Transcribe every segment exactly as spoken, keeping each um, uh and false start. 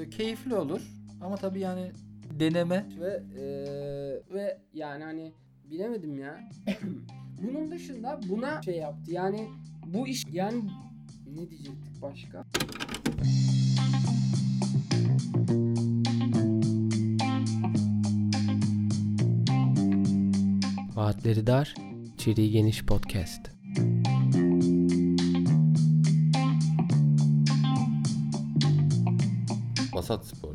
keyifli olur ama tabii yani deneme ve ee, ve yani hani bilemedim ya. Bunun dışında buna şey yaptı. Yani bu iş yani ne diyecektik başka? Vaatleri Dar, içeriği geniş podcast. Vasat Spor.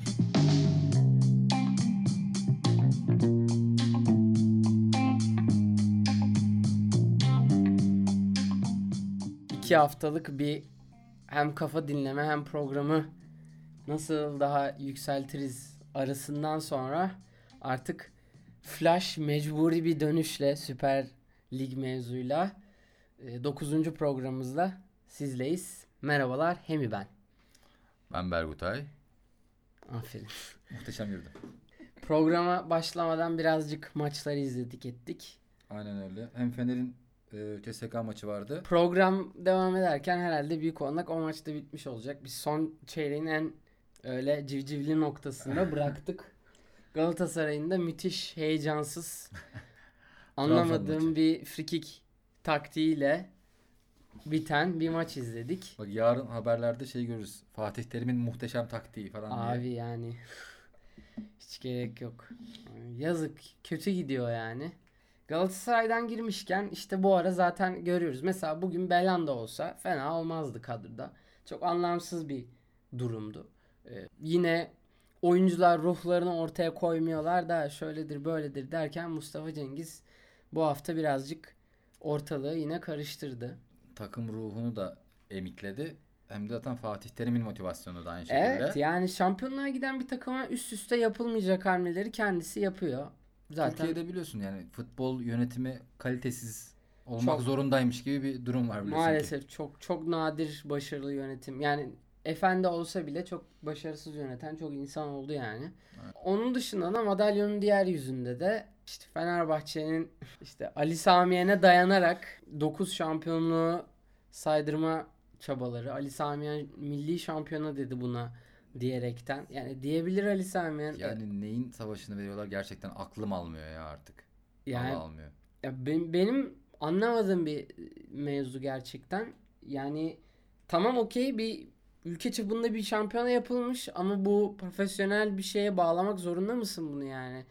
İki haftalık bir hem kafa dinleme hem programı nasıl daha yükseltiriz arasından sonra artık flash mecburi bir dönüşle Süper Lig mevzuyla dokuzuncu programımızda sizleyiz. Merhabalar, Hemi ben. Ben Bergutay. Aferin. Muhteşem girdi. Programa başlamadan birazcık maçları izledik ettik. Aynen öyle. Hem Fener'in e, C S K A maçı vardı. Program devam ederken herhalde büyük olarak o maçta bitmiş olacak. Biz son çeyreğin en öyle civcivli noktasında bıraktık. Galatasaray'ın da müthiş heyecansız anlamadığım bir frikik taktiğiyle biten bir maç izledik. Bak yarın haberlerde şey görürüz. Fatih Terim'in muhteşem taktiği falan Abi diye. yani hiç gerek yok. Yazık, kötü gidiyor yani. Galatasaray'dan girmişken işte bu ara zaten görüyoruz. Mesela bugün Belhanda olsa fena olmazdı kadroda. Çok anlamsız bir durumdu. Ee, yine oyuncular ruhlarını ortaya koymuyorlar da şöyledir böyledir derken Mustafa Cengiz bu hafta birazcık ortalığı yine karıştırdı. Takım ruhunu da emikledi. Hem de zaten Fatih Terim'in motivasyonu da aynı şekilde. Evet, yani şampiyonluğa giden bir takıma üst üste yapılmayacak hamleleri kendisi yapıyor. Zaten Türkiye'de biliyorsun yani futbol yönetimi kalitesiz olmak çok, zorundaymış gibi bir durum var biliyorsun maalesef ki. çok çok nadir başarılı yönetim. Yani efendi olsa bile çok başarısız yöneten çok insan oldu yani. Evet. Onun dışında da madalyonun diğer yüzünde de işte Fenerbahçe'nin işte Ali Samiyen'e dayanarak dokuz şampiyonluğu saydırma çabaları. Ali Samiyen milli şampiyona dedi buna diyerekten. Yani diyebilir Ali Samiyen. Yani neyin savaşını veriyorlar gerçekten aklım almıyor ya artık. Yani Allah almıyor. ya benim, benim anlamadığım bir mevzu gerçekten. Yani tamam okey bir ülke çapında bir şampiyona yapılmış ama bu profesyonel bir şeye bağlamak zorunda mısın bunu yani?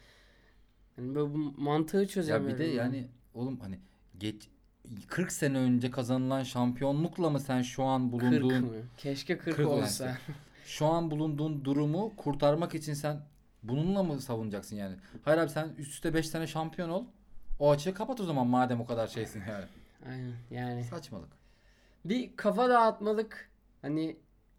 Yani böyle bu mantığı çözemiyorum. Ya bir de ben. yani oğlum hani geç kırk sene önce kazanılan şampiyonlukla mı sen şu an bulunduğun kırk mı? Keşke kırk, kırk olsa. olsa. Şu an bulunduğun durumu kurtarmak için sen bununla mı savunacaksın yani? Hayır abi sen üst üste beş tane şampiyon ol. O açığı kapat o zaman madem o kadar şeysin yani. Aynen yani. Saçmalık. Bir kafa dağıtmalık hani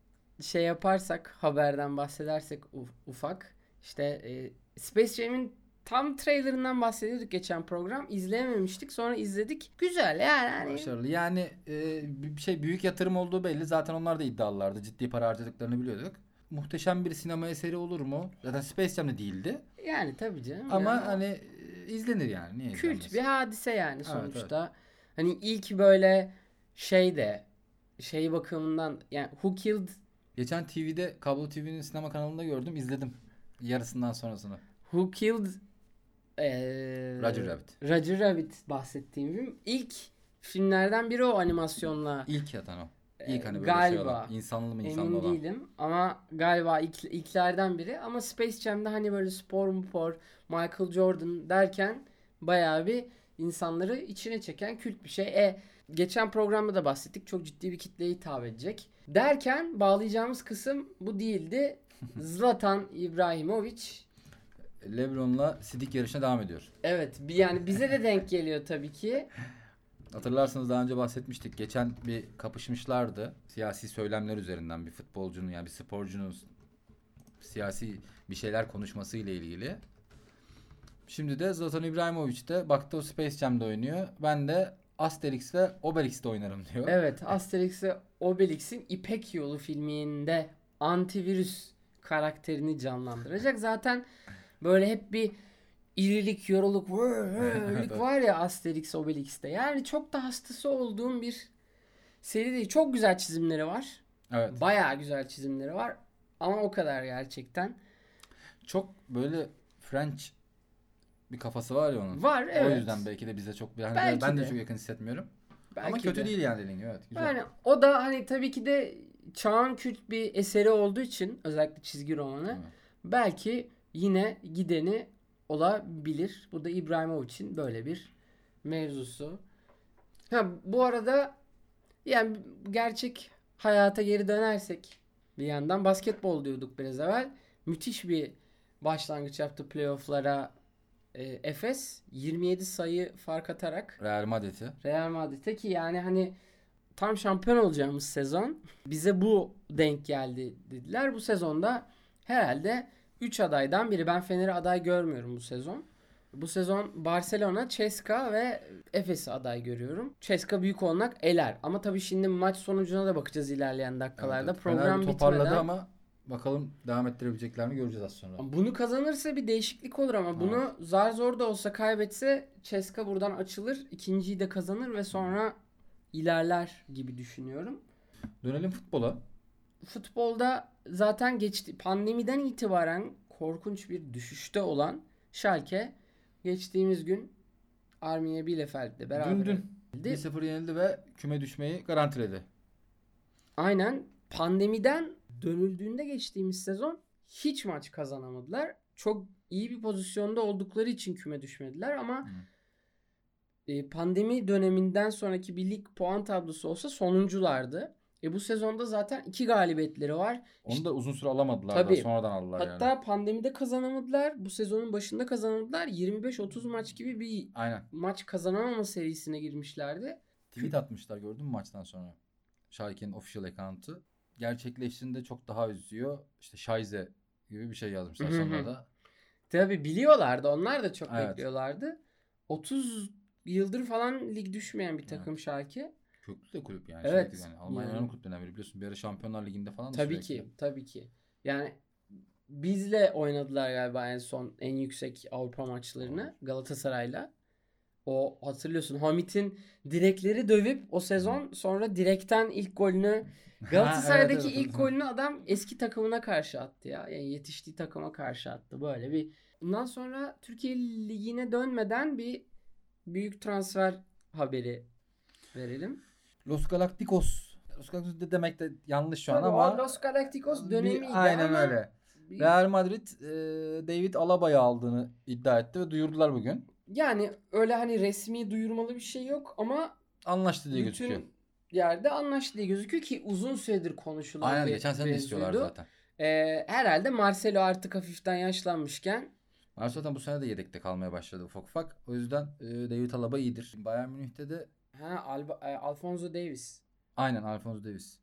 şey yaparsak haberden bahsedersek ufak işte e, Space Jam'in tam trailerından bahsediyorduk geçen program. İzleyememiştik. Sonra izledik. Güzel yani. Hani... Başarılı. Yani e, bir şey büyük yatırım olduğu belli. Zaten onlar da iddialılardı. Ciddi para harcadıklarını biliyorduk. Muhteşem bir sinema eseri olur mu? Zaten Space Jam de değildi. Yani tabii canım. Ama yani. hani e, izlenir yani. Niye Kült izlenmez? bir hadise yani sonuçta. Evet, evet. Hani ilk böyle şey de şey bakımından yani Who Killed Geçen T V'de Kablo T V'nin sinema kanalında gördüm. İzledim. Yarısından sonrasını. Who Killed ee, Roger Rabbit. Roger Rabbit bahsettiğim film. İlk filmlerden biri o animasyonla. İlk yatan o. İlk hani böyle galiba, şey olan. İnsanlı mı insanlı emin olan. değilim ama galiba ilk, ilklerden biri. Ama Space Jam'de hani böyle spor mpor, Michael Jordan derken bayağı bir insanları içine çeken kült bir şey. E geçen programda da bahsettik. Çok ciddi bir kitleye hitap edecek. Derken bağlayacağımız kısım bu değildi. Zlatan İbrahimovic LeBron'la sidik yarışına devam ediyor. evet yani bize de denk geliyor tabii ki. Hatırlarsanız daha önce bahsetmiştik. Geçen bir kapışmışlardı. Siyasi söylemler üzerinden bir futbolcunun yani bir sporcunun siyasi bir şeyler konuşması ile ilgili. Şimdi de Zlatan İbrahimovic de baktı o Space Jam'de oynuyor. Ben de Asterix ve Obelix'te oynarım diyor. Evet, Asterix ve Obelix'in İpek Yolu filminde antivirüs karakterini canlandıracak. Zaten böyle hep bir irilik, yoruluk, vırlık var ya Asterix Obelix'te. Yani çok da hastası olduğum bir seri değil. Çok güzel çizimleri var. Evet. Bayağı güzel çizimleri var. Ama o kadar gerçekten. Çok böyle French bir kafası var ya onun. Var, evet. O yüzden belki de bize çok yani Belki ben de de. çok yakın hissetmiyorum. Belki Ama kötü de. değil yani dediğin gibi. Evet, güzel. Yani o da hani tabii ki de çağın kült bir eseri olduğu için özellikle çizgi romanı Değil mi? belki yine gideni olabilir. Bu da İbrahimovic'in böyle bir mevzusu. Ha, bu arada yani gerçek hayata geri dönersek bir yandan basketbol diyorduk biraz evvel. Müthiş bir başlangıç yaptı playoff'lara e, Efes. yirmi yedi sayı fark atarak Real Madrid'i. Real Madrid'e ki yani hani tam şampiyon olacağımız sezon bize bu denk geldi dediler. Bu sezonda herhalde üç adaydan biri. Ben Fener'i aday görmüyorum bu sezon. Bu sezon Barcelona, Ceska ve Efes'i aday görüyorum. Ceska büyük olarak eler. Ama tabii şimdi maç sonucuna da bakacağız ilerleyen dakikalarda. Evet, evet. Program Fener bir toparladı bitmeden. ama bakalım devam ettirebilecekler mi göreceğiz az sonra. Bunu kazanırsa bir değişiklik olur ama bunu zar zor da olsa kaybetse Ceska buradan açılır. İkinciyi de kazanır ve sonra ilerler gibi düşünüyorum. Dönelim futbola. Futbolda zaten geçti pandemiden itibaren korkunç bir düşüşte olan Schalke geçtiğimiz gün Arminia Bielefeld'le beraber Dün dün geldi. bir sıfır yenildi ve küme düşmeyi garantiledi. Aynen pandemiden dönüldüğünde geçtiğimiz sezon hiç maç kazanamadılar. Çok iyi bir pozisyonda oldukları için küme düşmediler ama e, pandemi döneminden sonraki bir lig puan tablosu olsa sonunculardı. E bu sezonda zaten iki galibiyetleri var. Onu da uzun süre alamadılar Tabii. da sonradan aldılar Hatta yani. pandemide kazanamadılar. Bu sezonun başında kazanamadılar. yirmi beş otuz maç gibi bir Aynen. maç kazanamama serisine girmişlerdi. Tweet atmışlar gördün mü maçtan sonra? Schalke'nin official account'ı. Gerçekleştiğinde çok daha üzüyor. İşte Scheiße gibi bir şey yazmışlar Hı hı. sonra da. Tabii biliyorlardı. Onlar da çok Evet. bekliyorlardı. otuz yıldır falan lig düşmeyen bir takım Evet. Schalke. Köklü de kulüp yani. Evet. Sürekli yani. Almanya Yani. önemli kulüplerinden biri biliyorsun. Bir ara Şampiyonlar Ligi'nde falan da Tabii sürekli. ki. Tabii ki. Yani bizle oynadılar galiba en son en yüksek Avrupa maçlarını Galatasaray'la. O hatırlıyorsun Hamit'in direkleri dövüp o sezon sonra direkten ilk golünü Galatasaray'daki Ha, evet, evet, ilk hatırlıyorum. golünü adam eski takımına karşı attı ya. Yani yetiştiği takıma karşı attı. Böyle bir. Bundan sonra Türkiye Ligi'ne dönmeden bir büyük transfer haberi verelim. Los Galacticos. Los Galacticos de demek de yanlış şu an Tabii ama. o Los Galacticos bir- dönemiydi aynen ama öyle. bir- Real Madrid e, David Alaba'yı aldığını iddia etti ve duyurdular bugün. yani öyle hani resmi duyurmalı bir şey yok ama Anlaştı diye bütün gözüküyor. yerde anlaştı diye gözüküyor ki uzun süredir konuşulan Aynen bir geçen sene de istiyorlar mevzuydu. zaten. Ee, herhalde Marcelo artık hafiften yaşlanmışken Marcelo zaten bu sene de yedekte kalmaya başladı ufak ufak. O yüzden e, David Alaba iyidir. Bayern Münih'te de ha Alba, e, Alphonso Davies. aynen Alphonso Davies.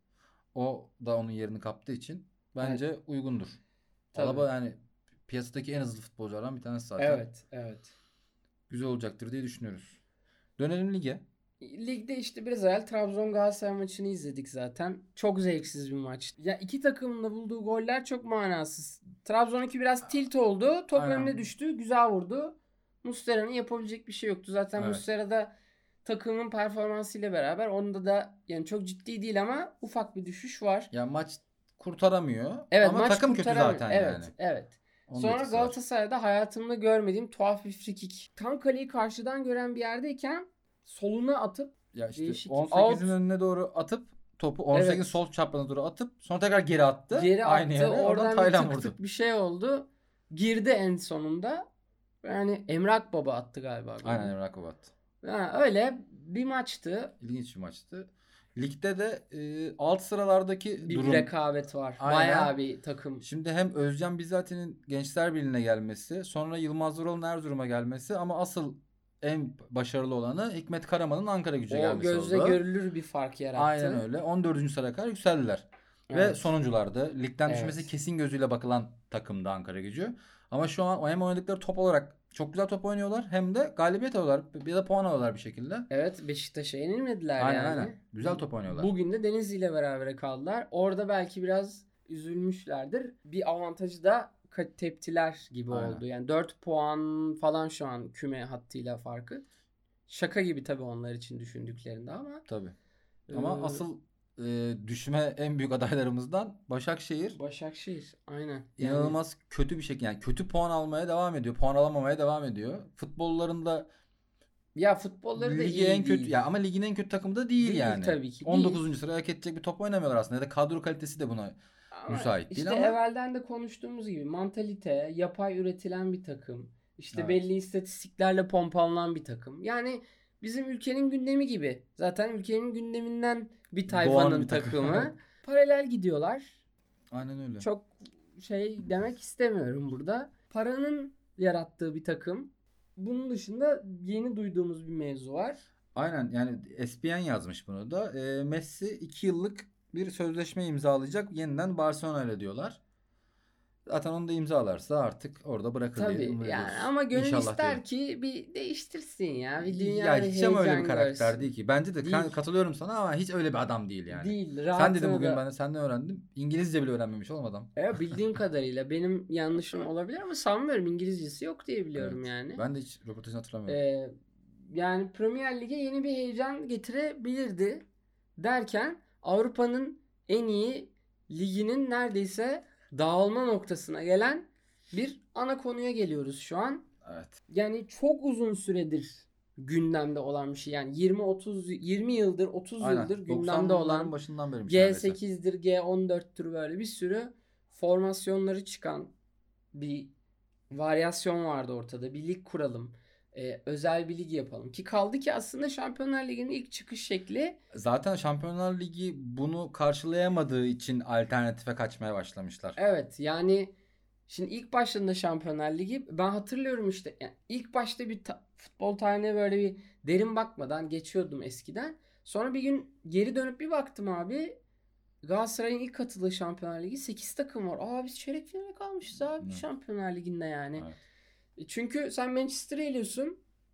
O da onun yerini kaptığı için bence uygundur. Tabii. Alaba yani piyasadaki en hızlı futbolculardan bir tanesi zaten. Evet, evet. Güzel olacaktır diye düşünüyoruz. Dönelim lige. Ligde işte biraz evvel Trabzon Galatasaray maçını izledik zaten. Çok zevksiz bir maç. Ya iki takımın da bulduğu goller çok manasız. Trabzon iki biraz tilt oldu. Top Aynen. önüne düştü. Güzel vurdu. Muslera'nın yapabilecek bir şey yoktu. Zaten Evet. Muslera'da takımın performansıyla beraber onda da yani çok ciddi değil ama ufak bir düşüş var. Ya maç kurtaramıyor. Evet, ama maç takım kötü kurtaramıyor. zaten evet, yani. Evet. Onun Sonra etkisi var. Galatasaray'da hayatımda görmediğim tuhaf bir frikik. Tam kaleyi karşıdan gören bir yerdeyken soluna atıp Ya işte değişik. on sekizin Out. önüne doğru atıp topu on sekizin Evet. sol çaprazına doğru atıp sonra tekrar geri attı. geri Aynı attı. yere. Oradan Oradan bir Taylan tık vurdu. tık bir şey oldu. Girdi en sonunda. Yani Emrak Baba attı galiba. golü. Aynen Emrah Kubat. Ha, öyle bir maçtı. İlginç bir maçtı. Ligde de e, alt sıralardaki Bir durum. rekabet var. Aynen. Bayağı bir takım. Şimdi hem Özcan Bizati'nin Gençler Birliği'ne gelmesi, sonra Yılmaz Vural'ın Erzurum'a gelmesi ama asıl en başarılı olanı Hikmet Karaman'ın Ankara Gücü'ne O gelmesi gözle oldu. görülür bir fark yarattı. Aynen öyle. on dördüncü sıraya kadar yükseldiler. Ve Evet. sonunculardı. Ligden Evet. düşmesi kesin gözüyle bakılan takımdı Ankara Gücü. Ama şu an hem oynadıkları top olarak çok güzel top oynuyorlar hem de galibiyet alıyorlar. Ya da puan alıyorlar bir şekilde. Evet, Beşiktaş'a yenilmediler Aynen yani. aynen. Güzel top oynuyorlar. Bugün de Denizli ile beraber kaldılar. Orada belki biraz üzülmüşlerdir. Bir avantajı da ka- teptiler gibi Aynen. oldu. Yani dört puan falan şu an küme hattıyla farkı. Şaka gibi tabii onlar için düşündüklerinde ama. Tabii. Ama e, asıl e, düşme en büyük adaylarımızdan Başakşehir. Başakşehir aynen. Yani İnanılmaz kötü bir şekilde, yani kötü puan almaya devam ediyor. Puan alamamaya devam ediyor. Futbollarında ya futbolları da ligi iyi en kötü değil. ya ama ligin en kötü takımı da değil, Değil yani. tabii ki, on değil. dokuzuncu sıraya hak edecek bir top oynamıyorlar aslında. Ya da kadro kalitesi de buna Ama müsait değil işte ama evvelden de konuştuğumuz gibi mantalite, yapay üretilen bir takım. İşte Evet. belli istatistiklerle pompalanan bir takım. Yani bizim ülkenin gündemi gibi. Zaten ülkenin gündeminden bir tayfanın bir takım. takımı. Paralel gidiyorlar. aynen öyle. Çok şey demek istemiyorum burada. Paranın yarattığı bir takım. Bunun dışında yeni duyduğumuz bir mevzu var. Aynen, yani E S P N yazmış bunu da. E, Messi iki yıllık bir sözleşme imzalayacak yeniden Barcelona ile diyorlar. Zaten onu da imzalarsa artık orada bırakır diye Tabii umut yani ediyoruz. ama gönül İnşallah ister diyelim. ki bir değiştirsin ya. Bir Ya dünya bir hiç ama öyle bir heyecan karakter görsün. değil ki. Bence de Değil. kan- katılıyorum sana ama hiç öyle bir adam değil yani. Değil. Sen Rahatını dedin bugün, da- ben de senden öğrendim. İngilizce bile öğrenmemiş oğlum adam. Evet, bildiğim kadarıyla benim yanlışım olabilir ama sanmıyorum, İngilizcesi yok diye biliyorum Evet. yani. Ben de hiç röportajını hatırlamıyorum. Ee, yani Premier Lig'e yeni bir heyecan getirebilirdi derken Avrupa'nın en iyi liginin neredeyse dağılma noktasına gelen bir ana konuya geliyoruz şu an. Evet. Yani çok uzun süredir gündemde olan bir şey. Yani yirmi otuz yirmi yıldır otuz Aynen. yıldır gündemde doksanların olan başından beri G sekizdir, G on dörttür, böyle bir sürü formasyonları çıkan bir varyasyon vardı ortada. Bir lig kuralım. Ee, özel bir lig yapalım. Ki kaldı ki aslında Şampiyonlar Ligi'nin ilk çıkış şekli. Zaten Şampiyonlar Ligi bunu karşılayamadığı için alternatife kaçmaya başlamışlar. Evet yani şimdi ilk başladığında Şampiyonlar Ligi ben hatırlıyorum işte. Yani ilk başta bir ta- futbol tarihine böyle bir derin bakmadan geçiyordum eskiden. Sonra bir gün geri dönüp bir baktım abi. Galatasaray'ın ilk katıldığı Şampiyonlar Ligi sekiz takım var. Aa biz çeyrek finale kalmışız abi Evet. Şampiyonlar Ligi'nde yani. Evet. Çünkü sen Manchester'ı eliyorsun.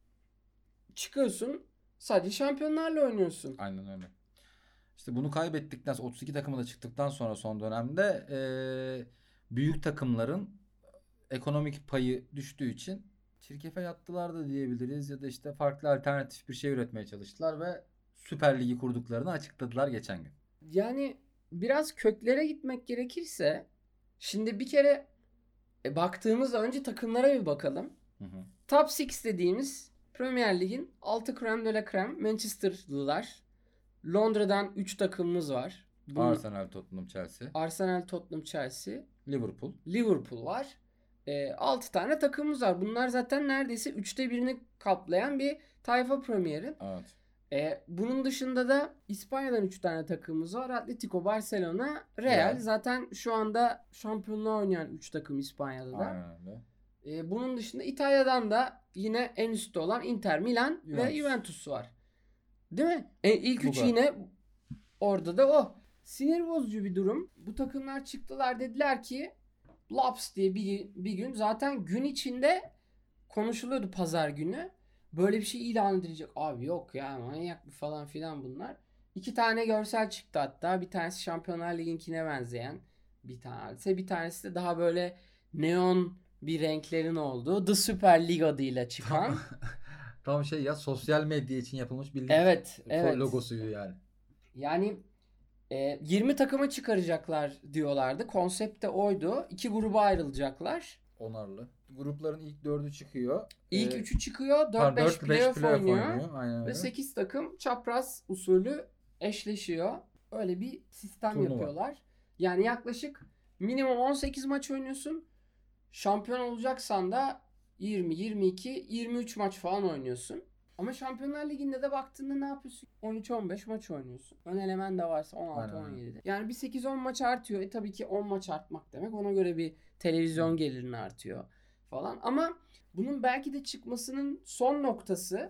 Çıkıyorsun. Sadece şampiyonlarla oynuyorsun. Aynen öyle. İşte bunu kaybettikten sonra otuz iki takımı da çıktıktan sonra son dönemde eee, büyük takımların ekonomik payı düştüğü için çirkefe yattılar da diyebiliriz ya da işte farklı alternatif bir şey üretmeye çalıştılar ve Süper Ligi kurduklarını açıkladılar geçen gün. Yani biraz köklere gitmek gerekirse şimdi bir kere e, baktığımızda önce takımlara bir bakalım. Hı hı. Top altı dediğimiz Premier Lig'in altı crème de la crème Manchester'lılar. Londra'dan üç takımımız var. Bu Arsenal, Tottenham, Chelsea, Arsenal, Tottenham, Chelsea, Liverpool. Liverpool var. E, altı tane takımımız var. Bunlar zaten neredeyse üçte birini kaplayan bir tayfa Premier'in. Evet. E, bunun dışında da İspanya'dan üç tane takımımız var. Atletico, Barcelona, Real. Real. Zaten şu anda şampiyonluğa oynayan üç takım İspanya'da da. Aynen öyle. E, bunun dışında İtalya'dan da yine en üstte olan Inter Milan ve Juventus. Juventus var. Değil mi? E, ilk Bu üç kadar. yine orada da o. Sinir bozucu bir durum. Bu takımlar çıktılar, dediler ki Laps diye bir, bir gün zaten gün içinde konuşuluyordu pazar günü. Böyle bir şey ilan edilecek. Abi yok ya, manyak bir falan filan bunlar. İki tane görsel çıktı hatta. Bir tanesi Şampiyonlar Ligi'nkine benzeyen bir tanesi. Bir tanesi de daha böyle neon bir renklerin olduğu The Super League adıyla çıkan. Tam şey ya, sosyal medya için yapılmış bir lig Evet, fo- evet. logosuydu yani. Yani e, yirmi takıma çıkaracaklar diyorlardı. Konsept de oydu. İki gruba ayrılacaklar. Onarlı. Grupların ilk dördü çıkıyor. İlk Ee, üçü çıkıyor. pardon, dört beş dört beş playoff playoff oynuyor. oynuyor. Aynen öyle. Ve sekiz takım çapraz usulü eşleşiyor. Öyle bir sistem Turnuva. yapıyorlar. Yani yaklaşık minimum on sekiz maç oynuyorsun. Şampiyon olacaksan da yirmi, yirmi iki, yirmi üç maç falan oynuyorsun. Ama Şampiyonlar Ligi'nde de baktığında ne yapıyorsun? on üç on beş maç oynuyorsun. Ön elemen de varsa on altı Aynen on öyle. yedi. Yani bir sekiz on maç artıyor. E tabii ki on maç artmak demek. Ona göre bir televizyon gelirini artıyor falan. Ama bunun belki de çıkmasının son noktası,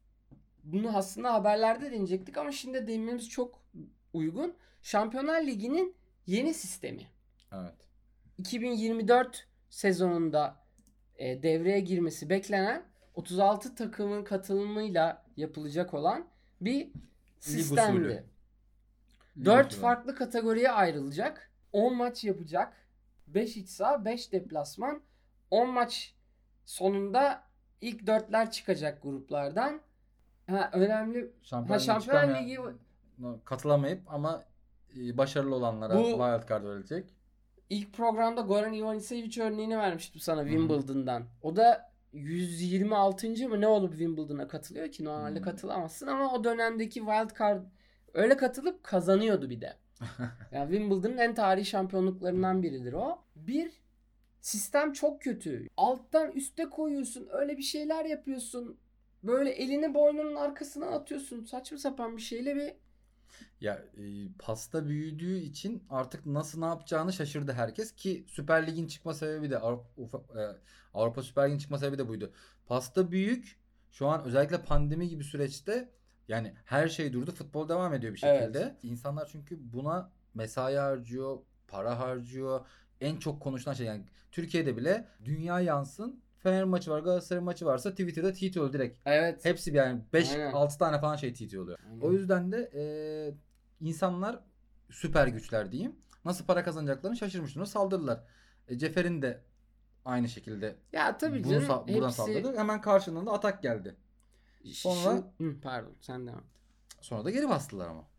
bunu aslında haberlerde deneyecektik ama şimdi değinmemiz çok uygun. Şampiyonlar Ligi'nin yeni sistemi. Evet. iki bin yirmi dört sezonunda e, devreye girmesi beklenen otuz altı takımın katılımıyla yapılacak olan bir sistemdi. usulü. Lig dört usulü. farklı kategoriye ayrılacak. on maç yapacak. beş iç saha, beş deplasman. on maç sonunda ilk dörtler çıkacak gruplardan. Ha, önemli. Şampiyonlar Ha, Şampiyonlar Ligi Ligi katılamayıp ama e, başarılı olanlara Bu- wild card verilecek. İlk programda Goran Ivanisevic örneğini vermiştim sana Wimbledon'dan. O da yüz yirmi altıncı mı ne olup Wimbledon'a katılıyor ki normalde Hmm. katılamazsın ama o dönemdeki wild card öyle katılıp kazanıyordu bir de. Yani Wimbledon'ın en tarihi şampiyonluklarından biridir o. Bir, sistem çok kötü. Alttan üste koyuyorsun. Öyle bir şeyler yapıyorsun. Böyle elini boynunun arkasına atıyorsun. Saçma sapan bir şeyle bir Ya e, pasta büyüdüğü için artık nasıl ne yapacağını şaşırdı herkes ki Süper Lig'in çıkma sebebi de Avrupa, Ufa- e, Avrupa Süper Lig'in çıkma sebebi de buydu. Pasta büyük. Şu an özellikle pandemi gibi süreçte yani her şey durdu. Futbol devam ediyor bir şekilde. Evet. İnsanlar çünkü buna mesai harcıyor, para harcıyor. En çok konuşulan şey yani Türkiye'de bile dünya yansın. Fener maçı var, Galatasaray maçı varsa Twitter'da tweet oluyor direkt. evet. Hepsi bir yani beş Aynen. altı tane falan şey tweet oluyor. Aynen. O yüzden de e, insanlar süper güçler diyeyim. Nasıl para kazanacaklarını şaşırmış durumda saldırdılar. E, Cefer'in de aynı şekilde Ya tabii bunu canım. sa- buradan hepsi... saldırdı. Hemen karşılığında da atak geldi. Sonra- Şimdi- Hı, pardon sen devam et. Sonra da geri bastılar ama.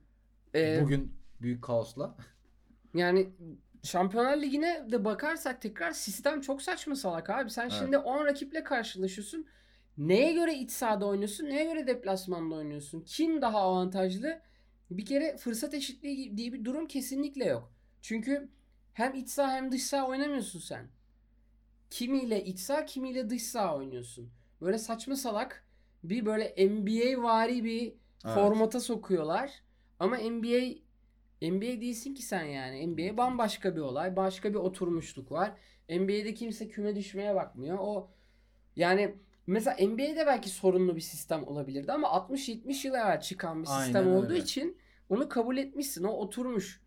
Ee, Bugün büyük kaosla. Yani Şampiyonlar Ligi'ne de bakarsak tekrar sistem çok saçma salak abi. Sen Evet. şimdi on rakiple karşılaşıyorsun. Neye göre iç sahada oynuyorsun? Neye göre deplasmanda oynuyorsun? Kim daha avantajlı? Bir kere fırsat eşitliği diye bir durum kesinlikle yok. Çünkü hem iç saha hem dış saha oynamıyorsun sen. Kimiyle iç saha, kimiyle dış saha oynuyorsun. Böyle saçma salak bir böyle N B A vari bir Evet. formata sokuyorlar. Ama N B A N B A değilsin ki sen yani. N B A bambaşka bir olay. Başka bir oturmuşluk var. N B A'de kimse küme düşmeye bakmıyor. O yani mesela N B A'de belki sorunlu bir sistem olabilirdi ama altmış yetmiş yıl evvel çıkan bir sistem Aynen olduğu öyle. için onu kabul etmişsin. O oturmuş.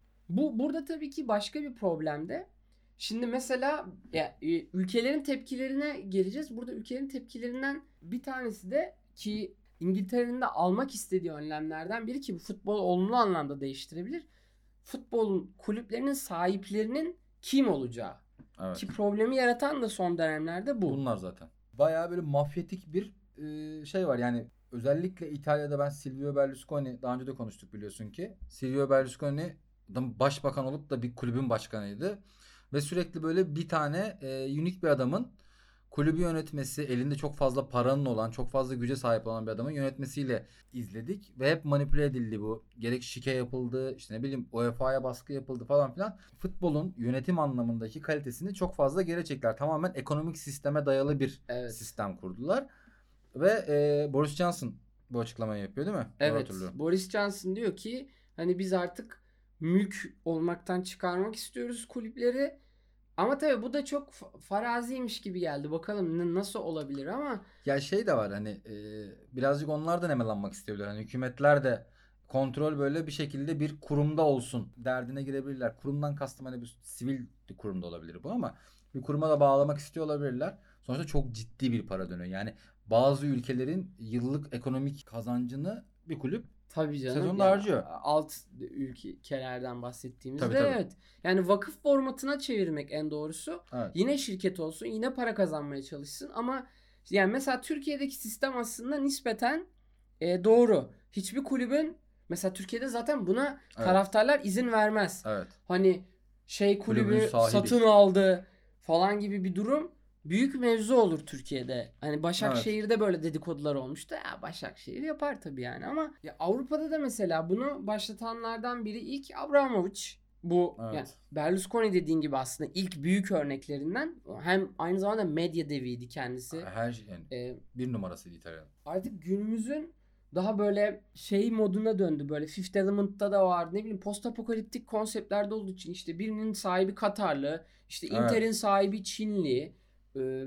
Bu burada tabii ki başka bir problem de. Şimdi mesela ya, e, ülkelerin tepkilerine geleceğiz. Burada ülkelerin tepkilerinden bir tanesi de ki İngiltere'nin de almak istediği önlemlerden biri ki bu futbol olumlu anlamda değiştirebilir. Futbolun kulüplerinin sahiplerinin kim olacağı. Evet. Ki problemi yaratan da son dönemlerde bu. Bunlar zaten. Bayağı böyle mafyatik bir e, şey var. Yani özellikle İtalya'da ben Silvio Berlusconi daha önce de konuştuk biliyorsun ki. Silvio Berlusconi adam başbakan olup da bir kulübün başkanıydı. Ve sürekli böyle bir tane e, unik bir adamın kulübü yönetmesi, elinde çok fazla paranın olan, çok fazla güce sahip olan bir adamın yönetmesiyle izledik. Ve hep manipüle edildi bu. Gerek şike yapıldı, işte ne bileyim U E F A'ya baskı yapıldı falan filan. Futbolun yönetim anlamındaki kalitesini çok fazla geri çektiler. Tamamen ekonomik sisteme dayalı bir Evet. sistem kurdular. Ve e, Boris Johnson bu açıklamayı yapıyor değil mi? Doğru Evet. hatırlıyorum. Boris Johnson diyor ki hani biz artık mülk olmaktan çıkarmak istiyoruz kulüpleri. Ama tabii bu da çok fa- faraziymiş gibi geldi. Bakalım n- nasıl olabilir ama Ya şey de var hani e, birazcık onlardan emelanmak istiyorlar. Hani hükümetler de kontrol böyle bir şekilde bir kurumda olsun derdine girebilirler. Kurumdan kastım hani bir sivil bir kurumda olabilir bu ama bir kuruma da bağlamak istiyor olabilirler. Sonuçta çok ciddi bir para dönüyor. Yani bazı ülkelerin yıllık ekonomik kazancını bir kulüp tabii canım. Sezonda yani harcıyor. Alt ülkelerden bahsettiğimizde Tabii, tabii. evet. Yani vakıf formatına çevirmek en doğrusu. evet. Yine şirket olsun, yine para kazanmaya çalışsın ama yani mesela Türkiye'deki sistem aslında nispeten e, doğru. Hiçbir kulübün mesela Türkiye'de zaten buna Evet. taraftarlar izin vermez. Evet. Hani şey kulübü Kulübün sahibi. satın aldı falan gibi bir durum büyük mevzu olur Türkiye'de. Hani Başakşehir'de böyle dedikodular olmuştu. Ya Başakşehir yapar tabii yani ama ya Avrupa'da da mesela bunu başlatanlardan biri ilk Abramovich. Bu Evet. yani Berlusconi dediğin gibi aslında ilk büyük örneklerinden hem aynı zamanda medya deviydi kendisi. Her şey yani Ee, bir numarasıydı İtalya'nın. artık günümüzün daha böyle şey moduna döndü. Böyle Fifth Element'ta da vardı. Ne bileyim post apokaliptik konseptlerde olduğu için işte birinin sahibi Katarlı, işte Evet. Inter'in sahibi Çinli. Ee,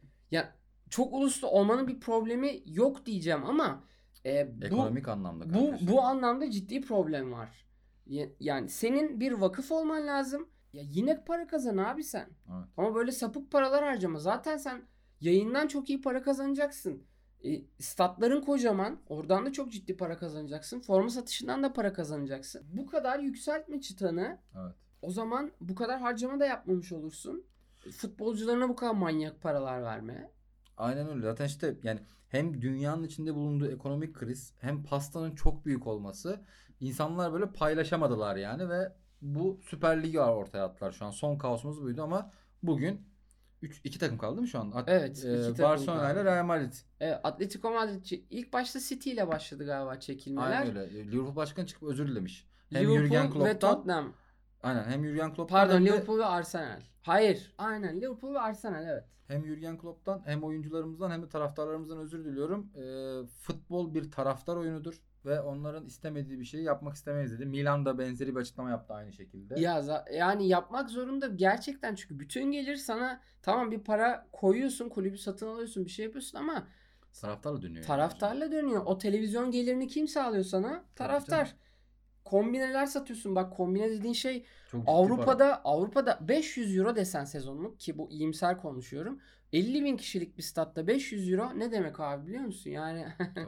ya çok uluslu olmanın bir problemi yok diyeceğim ama e, bu Ekonomik anlamda bu kardeşim. bu anlamda ciddi problem var. Ya- Yani senin bir vakıf olman lazım. Ya yine para kazan abi sen. Evet. Ama böyle sapık paralar harcama. Zaten sen yayından çok iyi para kazanacaksın. E, statların kocaman. Oradan da çok ciddi para kazanacaksın. Forma satışından da para kazanacaksın. Bu kadar yükseltme çıtanı. Evet. O zaman bu kadar harcama da yapmamış olursun. Futbolcularına bu kadar manyak paralar verme. Aynen öyle. Zaten işte yani hem dünyanın içinde bulunduğu ekonomik kriz hem pastanın çok büyük olması insanlar böyle paylaşamadılar yani ve bu Süper Lig'i ortaya attılar şu an. Son kaosumuz buydu ama bugün üç iki takım kaldı değil mi şu an? At, Evet, iki e, takım Barcelona ile kaldı. Real Madrid. Evet, Atletico Madrid ilk başta City ile başladı galiba çekilmeler. Aynen öyle. Liverpool başkanı çıkıp özür dilemiş. Hem Liverpool Jurgen ve Klopp'tan, Tottenham. aynen hem Jurgen Klopp'tan Pardon, hem de Liverpool ve Arsenal. Hayır. Aynen Liverpool ve Arsenal, evet. hem Jurgen Klopp'tan hem oyuncularımızdan hem de taraftarlarımızdan özür diliyorum. Ee, futbol bir taraftar oyunudur ve onların istemediği bir şeyi yapmak istemeyiz dedi. Milan da benzeri bir açıklama yaptı aynı şekilde. Ya za- yani yapmak zorunda gerçekten, çünkü bütün gelir sana, tamam bir para koyuyorsun, kulübü satın alıyorsun, bir şey yapıyorsun ama Taraftarla dönüyor. yani. taraftarla dönüyor. O televizyon gelirini kim sağlıyor sana? Taraftar. canım. Kombineler satıyorsun. Bak, kombine dediğin şey Çok ciddi Avrupa'da para. Avrupa'da beş yüz euro desen sezonluk, ki bu iyimser konuşuyorum. elli bin kişilik bir statta beş yüz euro ne demek abi, biliyor musun? Yani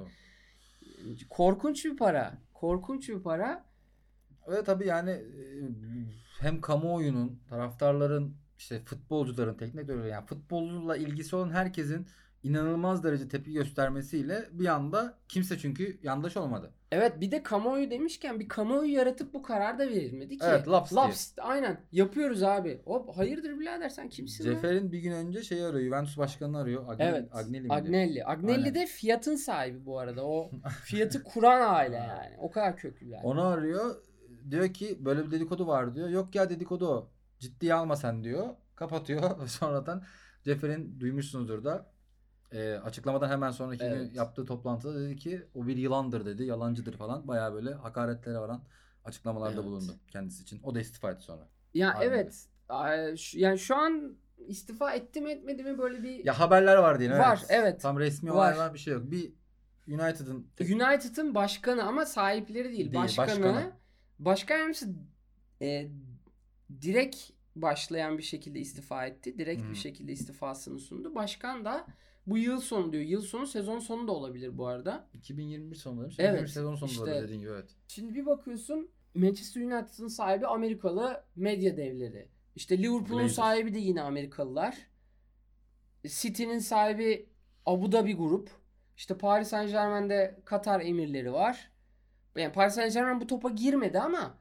korkunç bir para. Korkunç bir para. Ve tabii yani e, hem kamuoyunun, taraftarların, işte futbolcuların, teknik direktörlerin, yani futbolla ilgisi olan herkesin inanılmaz derece tepki göstermesiyle bir anda kimse çünkü yandaş olmadı. Evet, bir de kamuoyu demişken bir kamuoyu yaratıp bu karar da verilmedi ki. Evet, laps diye. Aynen. Yapıyoruz abi. Hop, hayırdır birader, sen kimsin lan? Cefer'in bir gün önce şeyi arıyor. Juventus başkanını arıyor. Agnelli, Evet. Agnelli miydi? Agnelli. Agnelli Aynen. de Fiat'ın sahibi bu arada. O Fiat'ı kuran aile yani. O kadar köklüler. Onu arıyor. Diyor ki böyle bir dedikodu var diyor. Yok ya, dedikodu o. Ciddiye alma sen diyor. Kapatıyor. Sonradan Cefer'in, duymuşsunuzdur da, e, açıklamadan hemen sonraki Evet. gün yaptığı toplantıda dedi ki o bir yılandır dedi. Yalancıdır falan. Bayağı böyle hakaretlere varan açıklamalarda Evet. bulundu kendisi için. O da istifa etti sonra. Ya Harbiden. evet. Ay, şu- Yani şu an istifa etti mi etmedi mi böyle bir Ya haberler var diye. Var, evet. Tam resmi Var. olay var, bir şey yok. Bir United'ın United'ın başkanı ama sahipleri değil. Değil, başkanı. başkanı. Başkan yardımcısı e, direkt başlayan bir şekilde istifa etti. Direkt Hı. bir şekilde istifasını sundu. Başkan da bu yıl sonu diyor. Yıl sonu, sezon sonu da olabilir bu arada. iki bin yirmi bir sonunda değil mi? Evet, yirmi bir sezon sonunda işte- da dediğin gibi, evet. Şimdi bir bakıyorsun, Manchester United'ın sahibi Amerikalı medya devleri. İşte Liverpool'un Glazers. sahibi de yine Amerikalılar. City'nin sahibi Abu Dhabi Grup. İşte Paris Saint-Germain'de Katar emirleri var. Yani Paris Saint-Germain bu topa girmedi ama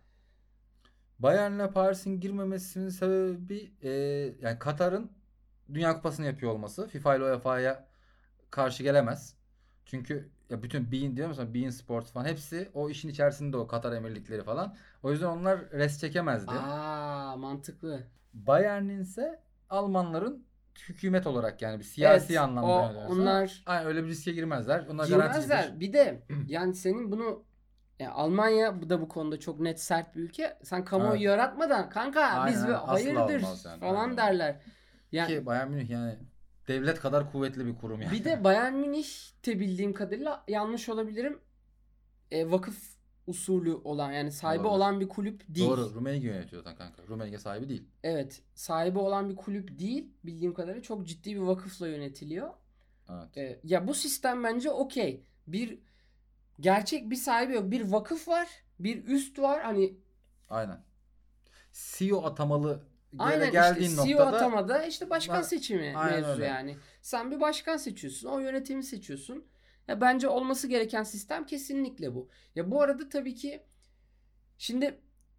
Bayern'le Paris'in girmemesinin sebebi e, yani Katar'ın Dünya Kupası'nı yapıyor olması. FIFA ile U E F A'ya karşı gelemez. Çünkü ya bütün Bein diyor musun? Bein Sports falan hepsi o işin içerisinde, o Katar emirlikleri falan. O yüzden onlar res çekemezdi. aa mantıklı. Bayern'in ise Almanların hükümet olarak, yani bir siyasi Evet, anlamda o- yönetiyorsa, onlar- aynen öyle bir riske girmezler. Onlar garanticidir. Girmezler. Bir de yani senin bunu, yani Almanya da bu konuda çok net sert bir ülke. Sen kamuoyu Evet. yaratmadan kanka Aynen, biz bir asla hayırdır olmaz yani. falan Aynen. derler. Yani Ki Bayern Münih yani devlet kadar kuvvetli bir kurum yani. bir de Bayern Münih'te bildiğim kadarıyla, yanlış olabilirim, e, vakıf usulü olan, yani sahibi Olabilir. olan bir kulüp değil. Doğru. Rumenige yönetiyor zaten kanka. Rumenige sahibi değil. Evet, sahibi olan bir kulüp değil. Bildiğim kadarıyla çok ciddi bir vakıfla yönetiliyor. Evet. E, ya bu sistem bence okey. Bir gerçek bir sahibi yok. Bir vakıf var, bir üst var. Hani Aynen. C E O atamalı yere aynen geldiğin işte C E O noktada atamada işte başkan Ben- seçimi Aynen mevzu öyle. yani. Sen bir başkan seçiyorsun, o yönetimi seçiyorsun. Ya bence olması gereken sistem kesinlikle bu. Ya bu arada tabii ki şimdi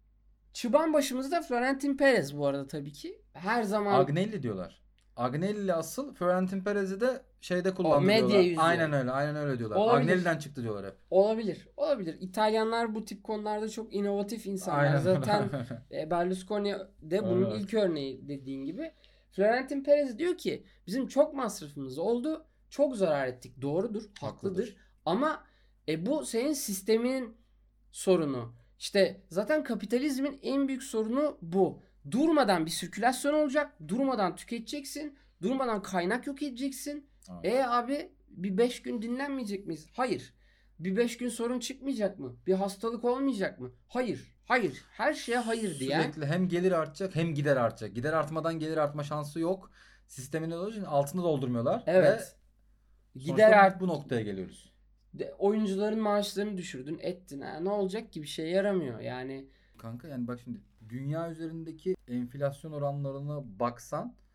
çıban başımızda Florentino Perez bu arada tabii ki. Her zaman Agnelli diyorlar. Agnelli asıl, Florentino Perez'i de şeyde kullandı medya diyorlar. yüzü. Aynen öyle. Aynen öyle diyorlar. Olabilir. Agnelli'den çıktı diyorlar hep. olabilir. Olabilir. İtalyanlar bu tip konularda çok inovatif insanlar. Aynen. Zaten e, Berlusconi de bunun Evet. ilk örneği dediğin gibi. Florentino Perez diyor ki bizim çok masrafımız oldu. Çok zarar ettik. Doğrudur. Haklıdır. Haklıdır. Ama e, bu senin sistemin sorunu. İşte zaten kapitalizmin en büyük sorunu bu. Durmadan bir sirkülasyon olacak. Durmadan tüketeceksin. Durmadan kaynak yok edeceksin. Evet. E abi bir beş gün dinlenmeyecek miyiz? Hayır. Bir beş gün sorun çıkmayacak mı? Bir hastalık olmayacak mı? Hayır. Hayır. Her şeye hayır diyen. Sürekli hem gelir artacak hem gider artacak. Gider artmadan gelir artma şansı yok. Sistemin olduğu için altını doldurmuyorlar. Evet. Ve Gider sonuçta art bu noktaya geliyoruz. de- oyuncuların maaşlarını düşürdün, ettin. Ha, ne olacak ki, bir şey yaramıyor. Yani Kanka yani bak şimdi dünya üzerindeki enflasyon oranlarına baksan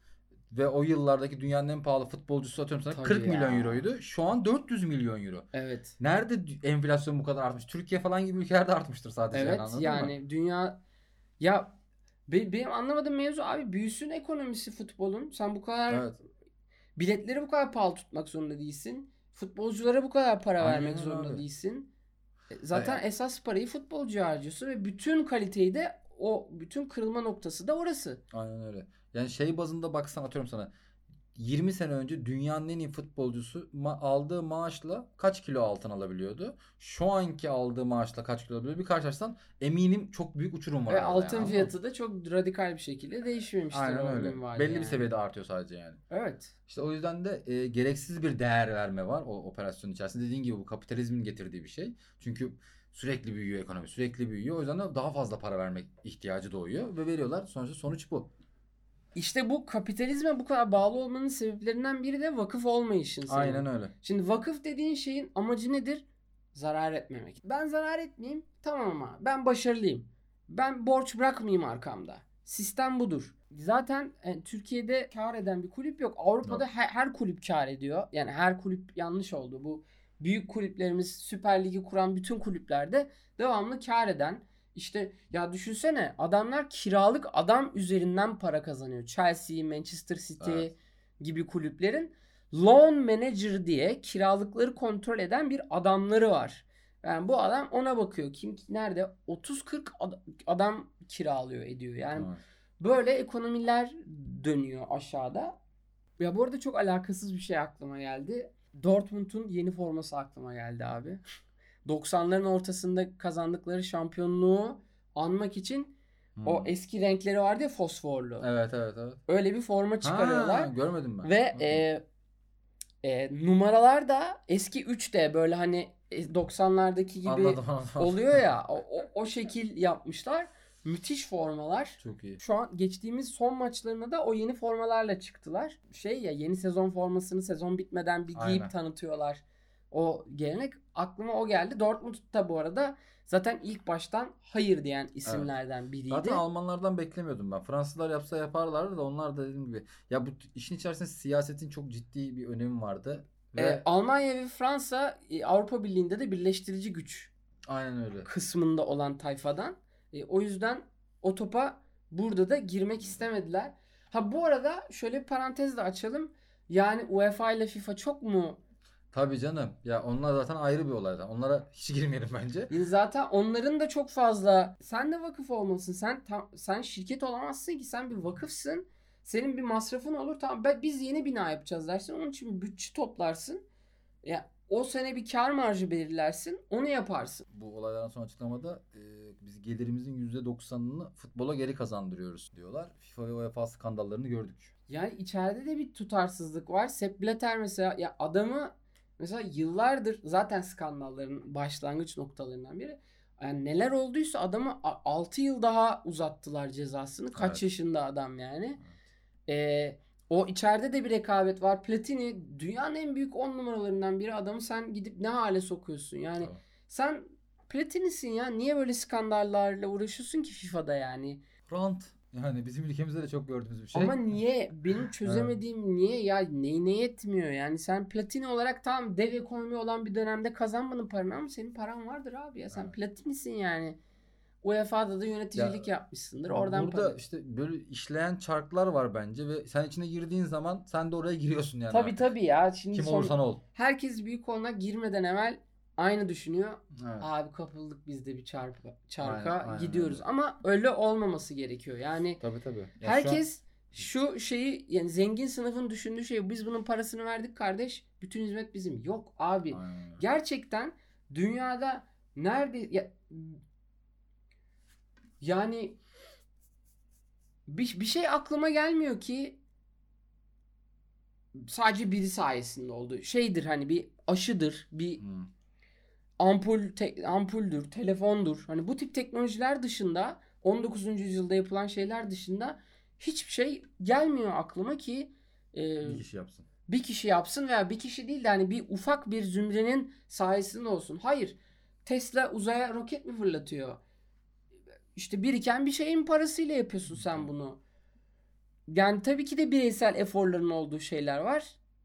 Ve o yıllardaki dünyanın en pahalı futbolcusu atıyorum sana Tabii kırk ya. milyon euroydu. Şu an dört yüz milyon euro. Evet. Nerede d- enflasyon bu kadar artmış? Türkiye falan gibi ülkelerde artmıştır sadece yani, Evet anladın mı? yani dünya ya be- benim anlamadığım mevzu abi büyüsün ekonomisi futbolun. Sen bu kadar Evet. biletleri bu kadar pahalı tutmak zorunda değilsin. Futbolculara bu kadar para Aynen vermek öyle zorunda abi. değilsin. E, Zaten Ya- esas parayı futbolcuya harcıyorsun ve bütün kaliteyi de o bütün kırılma noktası da orası. Aynen öyle. Yani şey bazında baksan atıyorum sana. yirmi sene önce dünyanın en iyi futbolcusu ma- aldığı maaşla kaç kilo altın alabiliyordu? Şu anki aldığı maaşla kaç kilo alabiliyor? Bir karşılaşsan eminim çok büyük uçurum var Ve arada altın yani, anladın mı? fiyatı da çok radikal bir şekilde değişmemiştir Aynen o öyle. minvalde Belli yani. bir seviyede artıyor sadece yani. Evet. İşte o yüzden de e, gereksiz bir değer verme var o operasyonun içerisinde. Dediğin gibi bu kapitalizmin getirdiği bir şey. Çünkü sürekli büyüyor ekonomi, sürekli büyüyor. O yüzden de daha fazla para vermek ihtiyacı doğuyor ve veriyorlar. Sonuçta sonuç bu. İşte bu kapitalizme bu kadar bağlı olmanın sebeplerinden biri de vakıf olmayışın senin. Aynen öyle. Şimdi vakıf dediğin şeyin amacı nedir? Zarar etmemek. Ben zarar etmeyeyim. Tamam ama ben başarılıyım. Ben borç bırakmayayım arkamda. Sistem budur. Zaten e, Türkiye'de kar eden bir kulüp yok. Avrupa'da Yok. her, her kulüp kar ediyor. Yani her kulüp yanlış oldu. Bu büyük kulüplerimiz Süper Lig'i kuran bütün kulüplerde devamlı kar eden. İşte ya düşünsene adamlar kiralık adam üzerinden para kazanıyor. Chelsea, Manchester City Evet. gibi kulüplerin loan manager diye kiralıkları kontrol eden bir adamları var. Yani bu adam ona bakıyor. Kim nerede? otuz kırk ad- adam kiralıyor ediyor. Yani Evet. böyle ekonomiler dönüyor aşağıda. Ya bu arada çok alakasız bir şey aklıma geldi. Dortmund'un yeni forması aklıma geldi abi. doksanların ortasında kazandıkları şampiyonluğu anmak için o Hmm. eski renkleri vardı ya fosforlu. Evet evet evet. Öyle bir forma çıkarıyorlar. Ha, görmedim ben. Ve Okey. e, e, numaralar da eski üç D böyle hani e, doksanlardaki gibi Anladım, anladım. oluyor ya o, o, o şekil yapmışlar. Müthiş formalar. Çok iyi. Şu an geçtiğimiz son maçlarına da o yeni formalarla çıktılar. Şey ya yeni sezon formasını sezon bitmeden bir giyip Aynen. tanıtıyorlar. O gelenek aklıma o geldi. Dortmund da bu arada zaten ilk baştan hayır diyen isimlerden biriydi. Zaten Almanlardan beklemiyordum ben. Fransızlar yapsa yaparlardı da onlar da dediğim gibi. Ya bu t- işin içerisinde siyasetin çok ciddi bir önemi vardı. Ve Ee, Almanya ve Fransa e, Avrupa Birliği'nde de birleştirici güç aynen öyle. kısmında olan tayfadan. E, o yüzden o topa burada da girmek istemediler. Ha bu arada şöyle bir parantez de açalım. Yani UEFA ile FIFA çok mu? Tabii canım. Ya onlar zaten ayrı bir olay. Onlara hiç girmeyelim bence. Yani zaten onların da çok fazla. Sen de vakıf olmalısın. Sen tam, sen şirket olamazsın ki. Sen bir vakıfsın. Senin bir masrafın olur. Tamam ben, biz yeni bina yapacağız dersin. Onun için bir bütçe toplarsın. Ya o sene bir kar marjı belirlersin. Onu yaparsın. Bu olaylardan sonra açıklamada e, biz gelirimizin yüzde doksanını futbola geri kazandırıyoruz diyorlar. FIFA ve UEFA skandallarını gördük. Yani içeride de bir tutarsızlık var. Sepp Blatter mesela ya adamı mesela yıllardır zaten skandalların başlangıç noktalarından biri. Yani neler olduysa adamı altı yıl daha uzattılar cezasını. Kaç Evet. yaşında adam yani. Ee, o içeride de bir rekabet var. Platini dünyanın en büyük on numaralarından biri. Adamı sen gidip ne hale sokuyorsun? Yani Tamam. sen Platini'sin ya. Niye böyle skandallarla uğraşıyorsun ki FIFA'da yani? Rant. Yani bizim ülkemizde de çok gördüğümüz bir şey. Ama niye? Benim çözemediğim niye ya? Neyine yetmiyor? Yani sen Platini olarak tam dev ekonomi olan bir dönemde kazanmadın paranı ama senin paran vardır abi ya. Sen Evet. Platini'sin yani. U E F A'da da yöneticilik Ya, yapmışsındır. Oradan Burada para. işte böyle işleyen çarklar var bence ve sen içine girdiğin zaman sen de oraya giriyorsun yani Tabii artık. tabii ya. Şimdi Kim son- olursan ol. herkes büyük konuda girmeden evvel aynı düşünüyor. Evet. Abi kapıldık biz de bir çarpa, çarka Aynen, aynen gidiyoruz. öyle. Ama öyle olmaması gerekiyor. Yani Tabii tabii. Ya şu an- herkes şu şeyi yani zengin sınıfın düşündüğü şey biz bunun parasını verdik kardeş. Bütün hizmet bizim. Yok abi. Aynen öyle. Gerçekten dünyada nerede ya, yani bir, bir şey aklıma gelmiyor ki sadece biri sayesinde oldu. Şeydir hani bir aşıdır, bir Hmm. ampul te- ampuldür, telefondur. Hani bu tip teknolojiler dışında on dokuzuncu yüzyılda yapılan şeyler dışında hiçbir şey gelmiyor aklıma ki e, Bir kişi yapsın. bir kişi yapsın veya bir kişi değil de hani bir ufak bir zümrenin sayesinde olsun. Hayır. Tesla uzaya roket mi fırlatıyor? İşte biriken bir şeyin parasıyla yapıyorsun sen bunu. yani tabii ki de bireysel eforların olduğu şeyler var.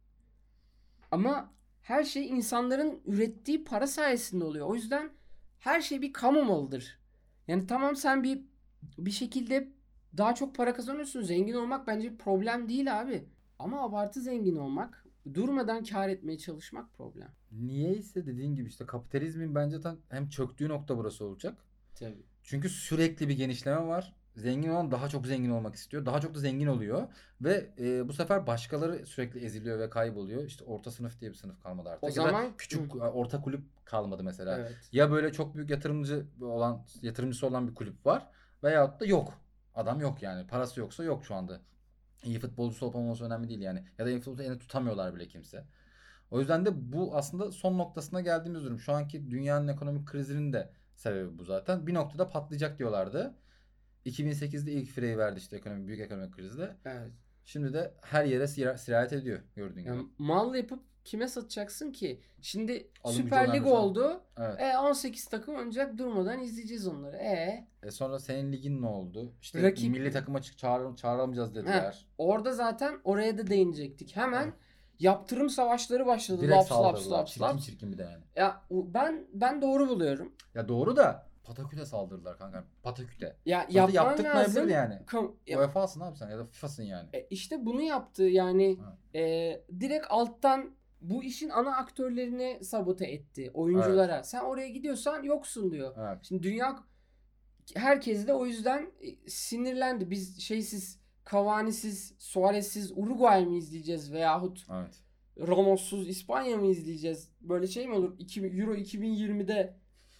Ama her şey insanların ürettiği para sayesinde oluyor. O yüzden her şey bir kamu malıdır. Yani tamam sen bir bir şekilde daha çok para kazanıyorsun. Zengin olmak bence bir problem değil abi. Ama abartı zengin olmak, durmadan kar etmeye çalışmak problem. Niyeyse dediğin gibi işte kapitalizmin bence tam hem çöktüğü nokta burası olacak. Tabii. Çünkü sürekli bir genişleme var. Zengin olan daha çok zengin olmak istiyor. Daha çok da zengin oluyor. Ve e, bu sefer başkaları sürekli eziliyor ve kayboluyor. İşte orta sınıf diye bir sınıf kalmadı artık. O ya zaman da küçük orta kulüp kalmadı mesela. Evet. Ya böyle çok büyük yatırımcı olan yatırımcısı olan bir kulüp var. Veyahut da yok. Adam yok yani. Parası yoksa yok şu anda. İyi futbolcusu olup olmaması önemli değil yani. Ya da iyi futbolcu elinde tutamıyorlar bile kimse. O yüzden de bu aslında son noktasına geldiğimiz durum. Şu anki dünyanın ekonomik krizinin de sebebi bu zaten. Bir noktada patlayacak diyorlardı. iki bin sekizde ilk freyi verdi işte ekonomi, büyük ekonomik krizde. Evet. Şimdi de her yere sira- sirayet ediyor gördüğün gibi. Yani mal yapıp kime satacaksın ki? Şimdi Alım Süper gücü Lig olan oldu. Evet. E on sekiz takım oynayacak, durmadan izleyeceğiz onları. E E sonra senin ligin ne oldu? İşte Rakip- milli takıma çık çağır, çağrılamayacağız dediler. orada zaten oraya da değinecektik. Hemen Evet. yaptırım savaşları başladı. Direkt Laps laps saldırdılar. laps Çirkin laps. çirkin bir de yani. Ya o- ben ben doğru buluyorum. Ya doğru da Pataküte saldırdılar kanka. Pataküte. Ya Sonuçta yapman yaptırtmayabilir lazım. yani. Kam- ya- UEFA'sın abi sen ya da FIFA'sın yani. E, işte bunu yaptı yani Evet. e, direkt alttan bu işin ana aktörlerini sabote etti oyunculara. Sen oraya gidiyorsan yoksun diyor. Evet. Şimdi dünya herkes de o yüzden e, sinirlendi. Biz şeysiz, Cavani'siz, Suarez'siz Uruguay mı izleyeceğiz veyahut Evet. Ramos'suz İspanya mı izleyeceğiz? Böyle şey mi olur? iki bin Euro iki bin yirmide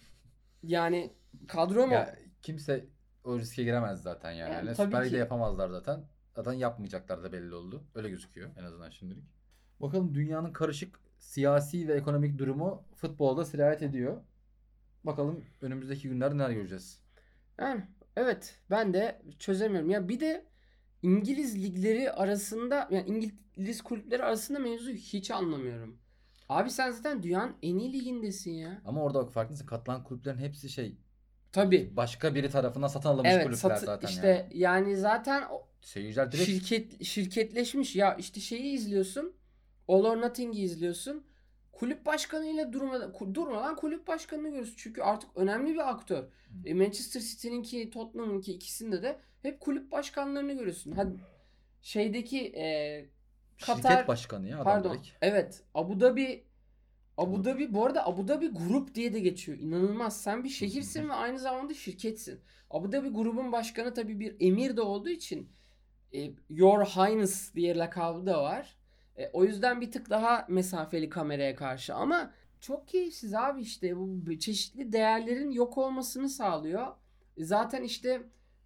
yani kadro mu? Ya kimse o riske giremez zaten yani. Yani yani tabii Süper Lig'de ki. yapamazlar zaten. Zaten yapmayacaklar da belli oldu. Öyle gözüküyor en azından şimdilik. Bakalım dünyanın karışık siyasi ve ekonomik durumu futbolda sirayet ediyor. Bakalım önümüzdeki günlerde neler göreceğiz. Yani evet, ben de çözemiyorum. Ya bir de İngiliz ligleri arasında, yani İngiliz kulüpleri arasında mevzuyu hiç anlamıyorum. Abi sen zaten dünyanın en iyi ligindesin ya. Ama orada bak farkındaysan katılan kulüplerin hepsi şey Tabii. başka biri tarafından satın alınmış Evet, kulüpler satı, zaten işte yani. yani zaten o Seyirciler direkt şirket şirketleşmiş ya, işte şeyi izliyorsun. All or Nothing'i izliyorsun. Kulüp başkanıyla durmadan ku- durmadan kulüp başkanını görüyorsun. Çünkü artık önemli bir aktör. E, Manchester City'ninki, Tottenham'ınki, ikisinde de hep kulüp başkanlarını görüyorsun. Hadi şeydeki e, şirket Katar, başkanı ya adam pardon. direkt. Evet, Abu Dhabi Abu Dhabi bu arada Abu Dhabi grup diye de geçiyor. İnanılmaz. Sen bir şehirsin ve aynı zamanda şirketsin. Abu Dhabi grubun başkanı tabii bir emir de olduğu için e, Your Highness diye lakabı da var. E, o yüzden bir tık daha mesafeli kameraya karşı, ama çok keyifsiz abi. İşte bu çeşitli değerlerin yok olmasını sağlıyor. E, zaten işte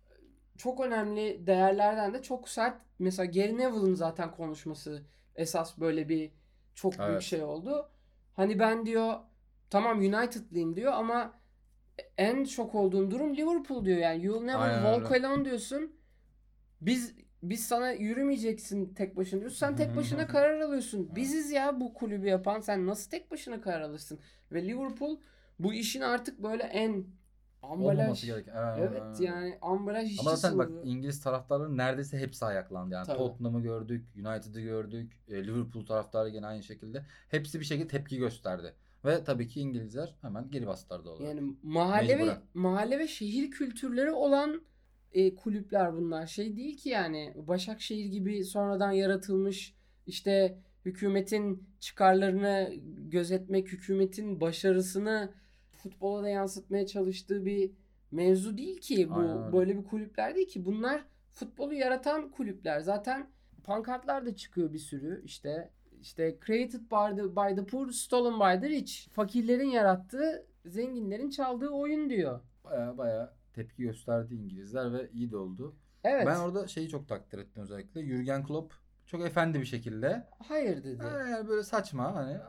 çok önemli değerlerden de çok sert, mesela Gary Neville'ın zaten konuşması esas böyle bir çok büyük Evet. şey oldu. Hani ben diyor tamam United'lıyım diyor ama en şok olduğum durum Liverpool diyor. Yani you'll never Aynen walk öyle. alone diyorsun. Biz biz sana yürümeyeceksin tek başına diyorsun. Sen tek başına karar alıyorsun. Biziz ya bu kulübü yapan. Sen nasıl tek başına karar alırsın? Ve Liverpool bu işin artık böyle en ambalaj. Olmaması gereken. Evet, Evet yani ambalaj Ama işçisi zaten bak oluyor. İngiliz taraftarları neredeyse hepsi ayaklandı. Yani Tabii. Tottenham'ı gördük, United'ı gördük, e, Liverpool taraftarı gene aynı şekilde. Hepsi bir şekilde tepki gösterdi. Ve tabii ki İngilizler hemen geri bastılar da olarak. Yani mahalle ve Mecburen. mahalle ve şehir kültürleri olan e, kulüpler bunlar. Şey değil ki yani Başakşehir gibi sonradan yaratılmış, işte hükümetin çıkarlarını gözetmek, hükümetin başarısını futbola da yansıtmaya çalıştığı bir mevzu değil ki bu. Aynen öyle. Böyle bir kulüpler değil ki. Bunlar futbolu yaratan kulüpler. Zaten pankartlar da çıkıyor bir sürü. İşte işte created by the, by the poor, stolen by the rich. Fakirlerin yarattığı, zenginlerin çaldığı oyun diyor. Baya baya tepki gösterdi İngilizler ve iyi de oldu. Evet. Ben orada şeyi çok takdir ettim özellikle. Jürgen Klopp çok efendi bir şekilde. Hayır dedi. Ha, yani böyle saçma hani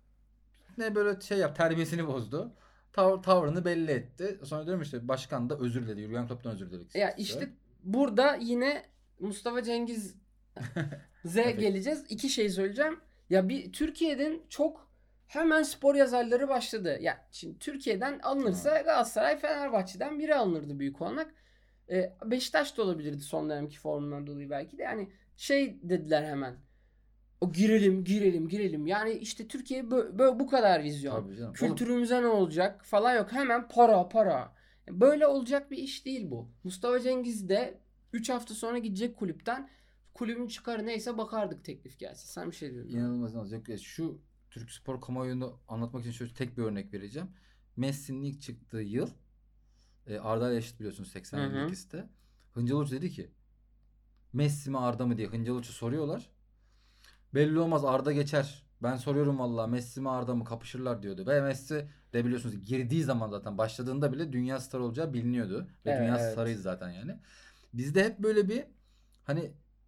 ne böyle şey yap terbiyesini bozdu. Tav- tavrını belli etti. Sonra diyorum işte başkan da özür diledi. Jürgen Klopp'tan özür diledik. Ya işte burada yine Mustafa Cengiz Z'e Evet. geleceğiz. İki şey söyleyeceğim. Ya bir Türkiye'den çok hemen spor yazarları başladı. Ya şimdi Türkiye'den alınırsa Galatasaray, Fenerbahçe'den biri alınırdı büyük olarak. E, Beşiktaş da olabilirdi son dönemki formundan dolayı belki de. Yani şey dediler hemen. O girelim, girelim, girelim. Yani işte Türkiye böyle bu kadar vizyon. Tabii canım. Kültürümüze ne olacak falan yok. Hemen para para. Böyle olacak bir iş değil bu. Mustafa Cengiz de üç hafta sonra gidecek kulüpten. Kulübün çıkarı neyse bakardık teklif gelse. Sen bir şey diyordun. İnanılmaz olacak. Şu Türk spor kamuoyunu anlatmak için şöyle tek bir örnek vereceğim. Messi'nin ilk çıktığı yıl e, Arda ile eşit biliyorsunuz seksen Hı hı. ikisi de. Hıncal Hoca dedi ki Messi mi Arda mı diye Hıncal Hoca soruyorlar. Belli olmaz Arda geçer. Ben soruyorum vallahi Messi mi Arda mı kapışırlar diyordu. Ve Messi de biliyorsunuz girdiği zaman zaten başladığında bile dünya starı olacağı biliniyordu. Ve Evet, dünya evet. starıyız zaten yani. Bizde hep böyle bir hani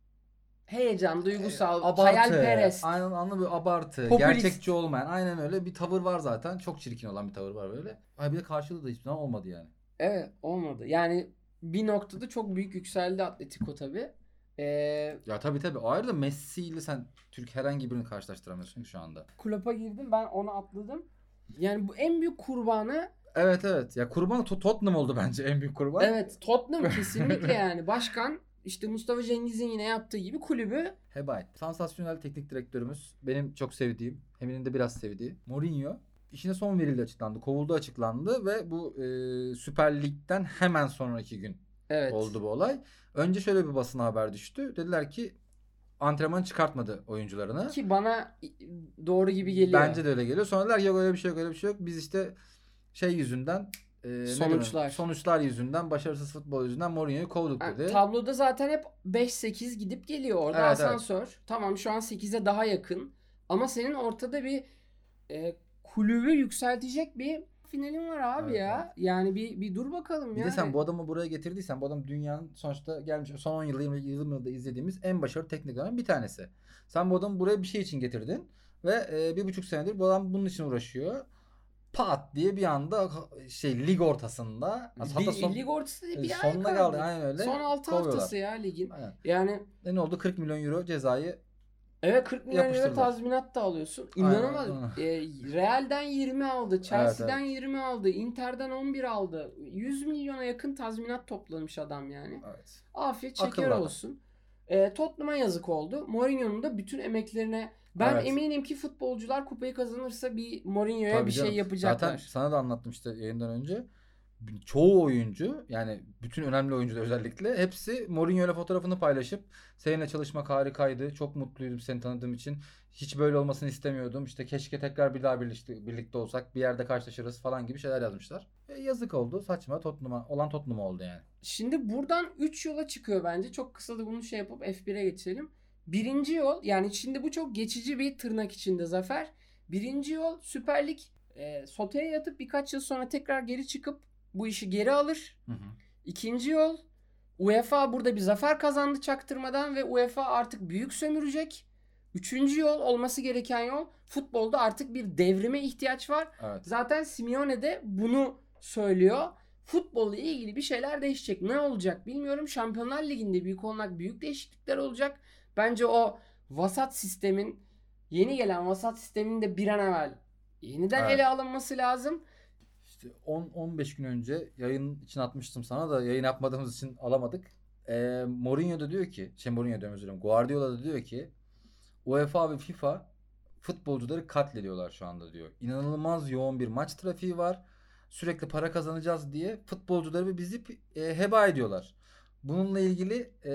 Heyecan, duygusal, abartı, hayalperest. aynen anlı bir abartı, Popülist. gerçekçi olmayan aynen öyle bir tavır var zaten. Çok çirkin olan bir tavır var böyle. Ay bir de karşılığı da hiçbir zaman olmadı yani. Evet, olmadı. Yani bir noktada çok büyük yükseldi Atletico tabii. Ee, Ya tabii tabii. O ayrı da Messi ile sen Türk herhangi birini karşılaştıramıyorsun ki şu anda. Kulüpe girdim, ben onu atladım. Yani bu en büyük kurbanı, Evet evet. Ya kurban Tot- Tottenham oldu bence en büyük kurban. evet, Tottenham kesinlikle yani. Başkan işte Mustafa Cengiz'in yine yaptığı gibi kulübü Heba etti. Sansasyonel teknik direktörümüz benim çok sevdiğim, Emin'in de biraz sevdiği Mourinho işine son verildi açıklandı. Kovuldu açıklandı ve bu e, Süper Lig'den hemen sonraki gün evet. oldu bu olay. Önce şöyle bir basına haber düştü. Dediler ki antrenman çıkartmadı oyuncularını. Ki bana doğru gibi geliyor. Bence de öyle geliyor. Sonra dediler ki yok öyle bir şey yok öyle bir şey yok. Biz işte şey yüzünden e, ne Sonuçlar. diyorum? Sonuçlar yüzünden, başarısız futbol yüzünden Mourinho'yu kovduk Yani dedi. tabloda zaten hep beş sekiz gidip geliyor orada, Evet, asansör. Tamam, şu an sekize daha yakın. Ama senin ortada bir e, kulübü yükseltecek bir finalin var abi Evet, ya. evet. Yani bir bir dur bakalım Bir yani. de sen bu adamı buraya getirdiysen bu adam dünyanın sonuçta gelmiş son on yılda yirmi yılda izlediğimiz en başarılı tekniklerden bir tanesi. Sen bu adamı buraya bir şey için getirdin ve e, bir buçuk senedir bu adam bunun için uğraşıyor. Pat diye bir anda şey lig ortasında hatta bir, son, lig ortası değil, bir ay sonuna kaldı. kaldı aynen öyle. Son altı kovuyorlar. haftası ya ligin. Aynen. Yani E ne oldu? kırk milyon euro cezayı evet, kırk milyon euro yapıştırdılar. tazminat da alıyorsun. Aynen, İnanılmaz. aynen. E, Real'den yirmi aldı. Chelsea'den evet. yirmi aldı. Inter'den on bir aldı. yüz milyona yakın tazminat toplamış adam yani. Evet. Afiyet Akıllı şeker adam. olsun. E, Tottenham'a yazık oldu. Mourinho'nun da bütün emeklerine, ben Evet. eminim ki futbolcular kupayı kazanırsa bir Mourinho'ya Tabii bir canım. şey yapacaklar. Zaten sana da anlattım işte yayından önce. Çoğu oyuncu yani bütün önemli oyuncular özellikle hepsi Mourinho ile fotoğrafını paylaşıp seninle çalışmak harikaydı. Çok mutluydum seni tanıdığım için. Hiç böyle olmasını istemiyordum. İşte keşke tekrar bir daha birlikte, birlikte olsak. Bir yerde karşılaşırız falan gibi şeyler yazmışlar. E, yazık oldu. Saçma Tottenham'a olan Tottenham oldu yani. Şimdi buradan üç yola çıkıyor bence. Çok kısa da bunu şey yapıp F bire geçelim. Birinci yol, yani şimdi bu çok geçici bir tırnak içinde zafer. Birinci yol Süper Lig e, soteye yatıp birkaç yıl sonra tekrar geri çıkıp bu işi geri alır. Hı hı. İkinci yol, UEFA burada bir zafer kazandı çaktırmadan ve UEFA artık büyük sömürecek. Üçüncü yol, olması gereken yol, futbolda artık bir devrime ihtiyaç var. Evet. Zaten Simeone de bunu söylüyor. Futbolla ilgili bir şeyler değişecek. Ne olacak bilmiyorum. Şampiyonlar Ligi'nde büyük olarak büyük değişiklikler olacak. Bence o vasat sistemin, yeni gelen vasat sistemin de bir an evvel yeniden Evet. ele alınması lazım. İşte on on beş gün önce yayın için atmıştım sana da yayın yapmadığımız için alamadık. E, Mourinho da diyor ki, şey Mourinho diyorum özür dilerim. Guardiola da diyor ki UEFA ve FIFA futbolcuları katlediyorlar şu anda diyor. İnanılmaz yoğun bir maç trafiği var. Sürekli para kazanacağız diye futbolcuları ve bizi e, heba ediyorlar. Bununla ilgili e,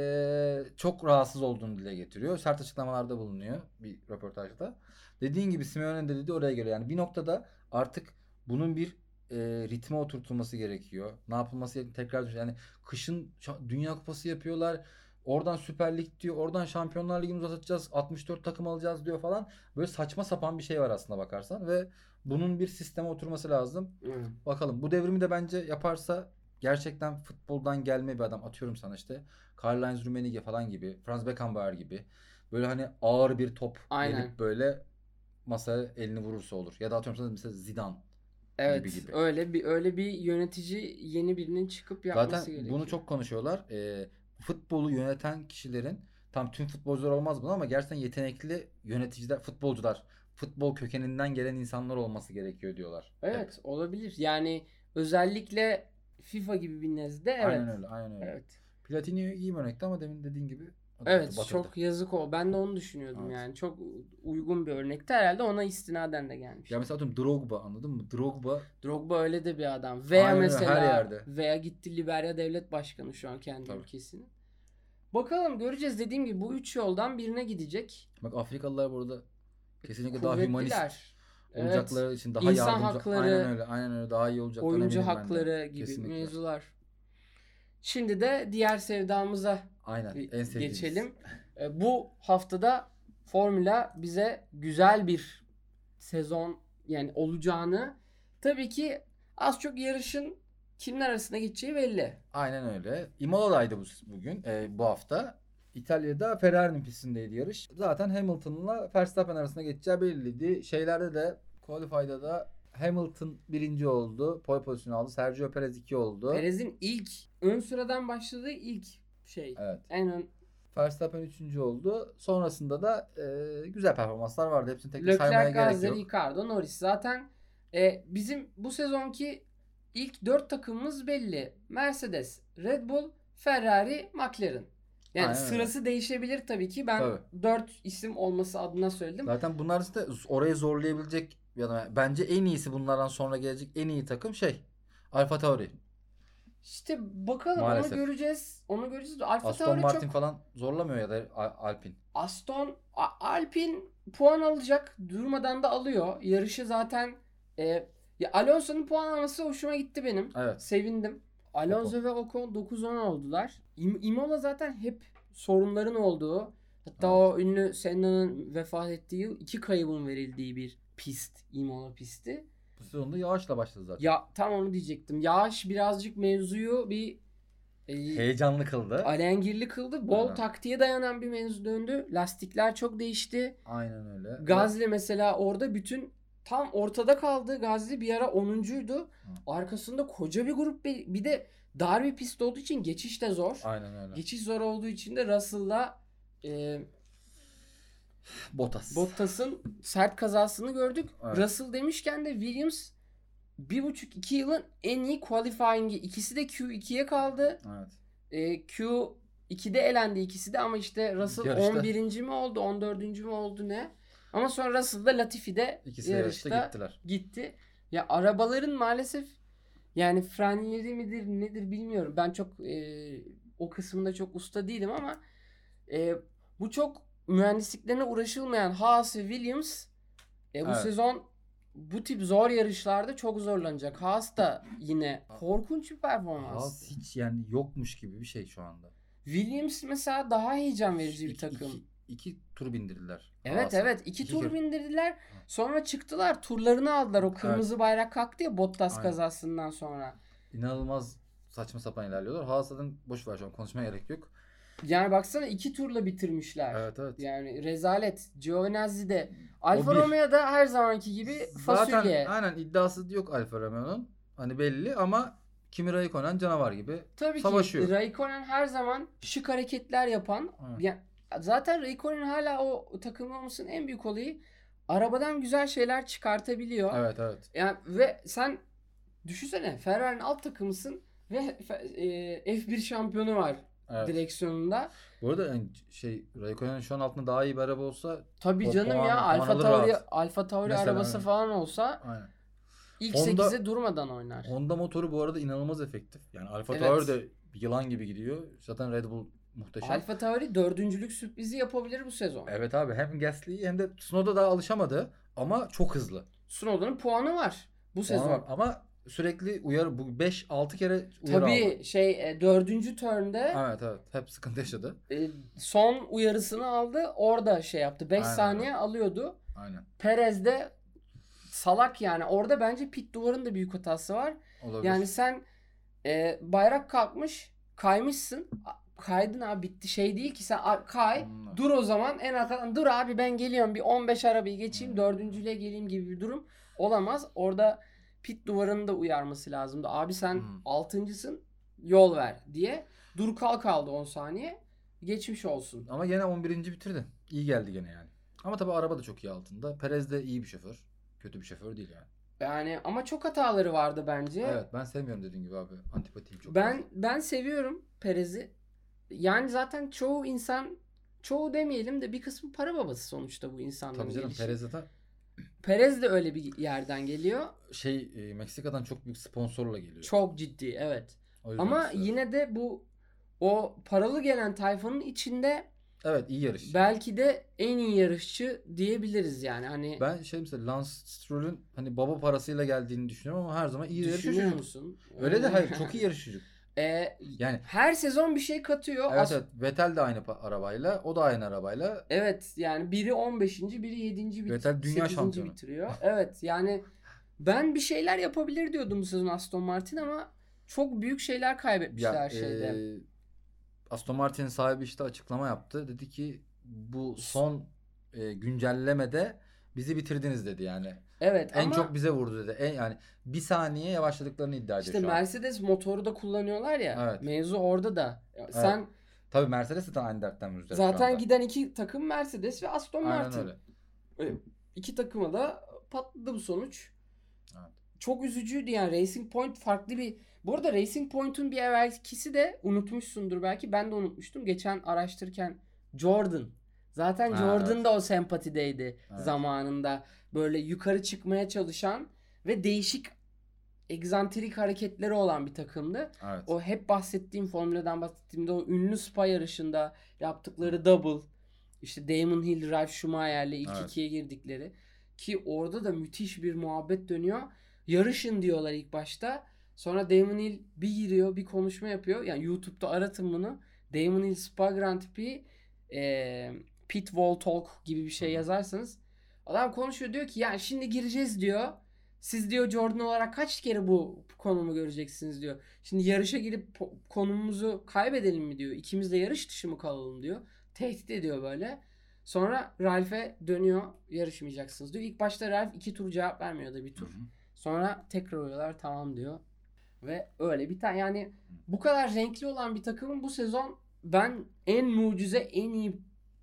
çok rahatsız olduğunu dile getiriyor. Sert açıklamalarda bulunuyor bir röportajda. Dediğin gibi Simeone'nin de dediği oraya geliyor. Yani bir noktada artık bunun bir e, ritme oturtulması gerekiyor. Ne yapılması gerekiyor? Tekrar yani kışın Dünya Kupası yapıyorlar. Oradan Süper Lig diyor. Oradan Şampiyonlar Ligi'ni uzatacağız. altmış dört takım alacağız diyor falan. Böyle saçma sapan bir şey var aslında bakarsan. Ve bunun bir sisteme oturması lazım. Hmm. Bakalım. Bu devrimi de bence yaparsa gerçekten futboldan gelme bir adam. Atıyorum sana işte. Karl-Heinz Rummenigge falan gibi. Franz Beckenbauer gibi. Böyle hani ağır bir top Aynen. gelip böyle masaya elini vurursa olur. Ya da atıyorum sana mesela Zidane. Evet, gibi gibi. öyle bir öyle bir yönetici yeni birinin çıkıp yapması Zaten gerekiyor. bunu çok konuşuyorlar. Ee, futbolu yöneten kişilerin tam tüm futbolcular olmaz bunu ama gerçekten yetenekli yöneticiler, futbolcular, futbol kökeninden gelen insanlar olması gerekiyor diyorlar. Evet, Hep. olabilir. Yani özellikle FIFA gibi bir nezde evet. Aynen öyle, aynen öyle. Evet. Platini iyi bir örnekti ama demin dediğin gibi Evet batırdı. çok yazık o. Ben de onu düşünüyordum Evet. yani. Çok uygun bir örnekti. Herhalde ona istinaden de gelmiş. Ya mesela atıyorum Drogba, anladın mı? Drogba Drogba öyle de bir adam. Veya Aynen öyle, mesela her yerde. veya gitti Liberya devlet başkanı şu an kendi Tabii. ülkesinin. Bakalım göreceğiz, dediğim gibi bu üç yoldan birine gidecek. bak Afrikalılar burada kesinlikle daha Kuvvetliler. hümanist Evet. olacakları için daha İnsan yardımcı. hakları, aynen öyle, aynen öyle daha iyi olacaklarına Oyuncu eminim ben de. hakları gibi Kesinlikle. mevzular. Şimdi de diğer sevdamıza Aynen, bir en sevdiğimiz. geçelim. E, Bu haftada Formula bize güzel bir sezon yani olacağını, tabii ki az çok yarışın kimler arasında geçeceği belli. Aynen öyle. Imola'daydı bu bugün, e, bu hafta. İtalya'da Ferrari'nin pistindeydi yarış. Zaten Hamilton'la Verstappen arasında geçeceği belliydi. Şeylerde de, Qualify'da da Hamilton birinci oldu. Pole pozisyonu aldı. Sergio Perez iki oldu. Perez'in ilk ön sıradan başladığı ilk şey. Evet. En ön. Verstappen üçüncü oldu. Sonrasında da e, güzel performanslar vardı. Hepsini tek tek saymaya Leclerc, gerek Gasly, yok. Ricardo, Norris. Zaten e, bizim bu sezonki ilk dört takımımız belli. Mercedes, Red Bull, Ferrari, McLaren. Yani Aynen öyle. sırası değişebilir tabii ki. Ben Tabii. dört isim olması adına söyledim. Zaten bunlar arasında orayı zorlayabilecek ya da bence en iyisi, bunlardan sonra gelecek en iyi takım şey Alfa Tauri. İşte bakalım, Maalesef. onu göreceğiz. Onu göreceğiz. Alfa Aston Tauri Martin çok falan zorlamıyor ya da Al- Alpine. Aston A- Alpine puan alacak. Durmadan da alıyor. Yarışı zaten e, ya Alonso'nun puan alması hoşuma gitti benim. Evet. Sevindim. Alonso Ocon. ve Ocon dokuz on oldular. İm- Imola zaten hep sorunların olduğu, hatta Evet. o ünlü Senna'nın vefat ettiği yıl iki kaybın verildiği bir pist. Imola pisti. Bu sezonda yağışla başladı zaten. Ya tam onu diyecektim. Yağış birazcık mevzuyu bir e, Heyecanlı kıldı. alengirli kıldı. Bol Aynen. taktiğe dayanan bir mevzu döndü. Lastikler çok değişti. Aynen öyle. Gazli mesela orada bütün tam ortada kaldı. Gazli bir ara onuncuydu. Hı. Arkasında koca bir grup, bir, bir de dar bir pist olduğu için geçiş de zor. Aynen öyle. Geçiş zor olduğu için de Russell'la e, Bottas. Bottas'ın sert kazasını gördük. Evet. Russell demişken de Williams bir buçuk iki yılın en iyi qualifying'i. İkisi de Q ikiye kaldı. Evet. E, Q ikide elendi ikisi de ama işte Russell Yarışta. on birinci mi oldu, on dördüncü mü oldu ne? Ama sonra Russell da Latifi'de İkisi de yarışta yarışta gittiler. gitti. Ya arabaların maalesef yani frenleri midir nedir bilmiyorum. Ben çok e, o kısmında çok usta değilim ama e, bu çok mühendisliklerine uğraşılmayan Haas ve Williams e, bu Evet. sezon bu tip zor yarışlarda çok zorlanacak. Haas da yine korkunç bir performans. Haas hiç yani yokmuş gibi bir şey şu anda. Williams mesela daha heyecan verici bir İki- takım. iki- iki tur bindirdiler. Evet Haas'a. evet iki, İki tur kere. bindirdiler. Sonra çıktılar, turlarını aldılar. O kırmızı bayrak kalktı ya Bottas Aynen. kazasından sonra. İnanılmaz saçma sapan ilerliyorlar. Haas'tan boş ver, şu an konuşmaya gerek yok. Yani baksana iki turla bitirmişler. Evet evet. Yani rezalet. Giovinazzi de Alfa O bir. Romeo'da her zamanki gibi fasulye. Zaten aynen iddiası yok Alfa Romeo'nun. Hani belli ama Kimi Raikkonen canavar gibi Tabii savaşıyor. ki Raikkonen her zaman şık hareketler yapan. Evet. Yani zaten Raikkonen hala o takımda olmasının en büyük olayı, arabadan güzel şeyler çıkartabiliyor. Evet evet. Yani ve sen düşünsene, Ferrari'nin alt takımısın ve e, F bir şampiyonu var Evet. direksiyonunda. Bu arada yani şey Raikkonen'in şu an altında daha iyi bir araba olsa Tabii o canım puan- ya, puan Alfa alır Tauri rahat. Alfa Tauri Mesela, arabası evet. falan olsa aynen. ilk Honda- sekize durmadan oynar. Honda motoru bu arada inanılmaz efektif. Yani Alfa Evet. Tauri de yılan gibi gidiyor. Zaten Red Bull muhteşem. Alfa Tauri dördüncülük sürprizi yapabilir bu sezon. Evet abi, hem Gasly'yi hem de Tsunoda daha alışamadı ama çok hızlı. Tsunoda'nın puanı var bu sezon. Ama, ama sürekli uyarı, bu beş altı kere uyarı Tabii aldı. şey e, dördüncü turn'de Evet evet, hep sıkıntı yaşadı. e, son uyarısını aldı. Orada şey yaptı. beş Aynen saniye alıyordu. Aynen. Perez de salak yani. Orada bence pit duvarın da büyük hatası var. Olabilir. Yani sen e, bayrak kalkmış, kaymışsın. A- Kaydın abi, bitti, şey değil ki sen a- kay, Hmm. dur o zaman en arkadan, dur abi ben geliyorum, bir on beş arabayı geçeyim, Hmm. dördüncüyle geleyim gibi bir durum olamaz. Orada pit duvarının da uyarması lazımdı. Abi sen Hmm. altıncısın, yol ver diye. Dur kalk aldı on saniye. Geçmiş olsun. Ama gene on birinci bitirdi. İyi geldi gene yani. Ama tabii araba da çok iyi altında. Perez de iyi bir şoför. Kötü bir şoför değil yani. Yani ama çok hataları vardı bence. Evet, ben sevmiyorum dediğin gibi abi. Antipatiyim çok Ben fazla. ben seviyorum Perez'i. Yani zaten çoğu insan, çoğu demeyelim de bir kısmı para babası sonuçta bu insanların Tabii canım, gelişi. Perez zaten Perez de öyle bir yerden geliyor. şey e, Meksika'dan çok büyük sponsorla geliyor. Çok ciddi, evet. O yüzden Ama istiyorum. yine de bu o paralı gelen tayfanın içinde Evet, iyi yarış. belki de en iyi yarışçı diyebiliriz yani. Hani Ben şey mesela Lance Stroll'ün hani baba parasıyla geldiğini düşünüyorum ama her zaman iyi yarış düşünüyor çocuk. musun? Öyle de hayır, çok iyi yarış çocuk. E, Yani her sezon bir şey katıyor. evet As- evet, Vettel de aynı pa- arabayla, o da aynı arabayla. Evet yani biri on beşinci biri yedinci bit- Vettel dünya sekizinci şampiyonu. bitiriyor. Evet yani ben bir şeyler yapabilir diyordum bu sezon Aston Martin ama çok büyük şeyler kaybetmişler Ya şeyde. e, Aston Martin'in sahibi işte açıklama yaptı. Dedi ki bu son e, güncellemede bizi bitirdiniz dedi yani. Evet En ama çok bize vurdu dedi. En yani bir saniye yavaşladıklarını iddia ediyor işte şu an. Mercedes motoru da kullanıyorlar ya. Evet. Mevzu orada da. Sen Tabii Mercedes zaten aynı dertten müzdarip şu zaten anda. giden iki takım Mercedes ve Aston Aynen Martin. öyle. E, İki takıma da patladı bu sonuç. Evet. Çok üzücüydü yani. Racing Point farklı bir... Bu arada Racing Point'un bir evvelkisi de unutmuşsundur belki. Ben de unutmuştum. Geçen araştırırken Jordan. Zaten Ha, Jordan evet. da o sempatideydi Evet. zamanında. Böyle yukarı çıkmaya çalışan ve değişik egzantrik hareketleri olan bir takımdı. Evet. O hep bahsettiğim formülden bahsettiğimde o ünlü Spa yarışında yaptıkları double, işte Damon Hill, Ralf Schumacher'le ilk Evet. ikiye girdikleri ki orada da müthiş bir muhabbet dönüyor. Yarışın diyorlar ilk başta. Sonra Damon Hill bir giriyor, bir konuşma yapıyor. Yani YouTube'da aratın bunu. Damon Hill Spa Grand Prix e, Pit Wall Talk gibi bir şey Hı hı. yazarsanız adam konuşuyor, diyor ki yani şimdi gireceğiz diyor. Siz diyor Jordan olarak kaç kere bu konumu göreceksiniz diyor. Şimdi yarışa girip po- konumumuzu kaybedelim mi diyor. İkimiz de yarış dışı mı kalalım diyor. Tehdit ediyor böyle. Sonra Ralph'e dönüyor, yarışmayacaksınız diyor. İlk başta Ralph iki tur cevap vermiyor da bir tur. Hı hı. Sonra tekrar oluyorlar, tamam diyor. Ve öyle bir tane yani bu kadar renkli olan bir takımın bu sezon ben en mucize, en iyi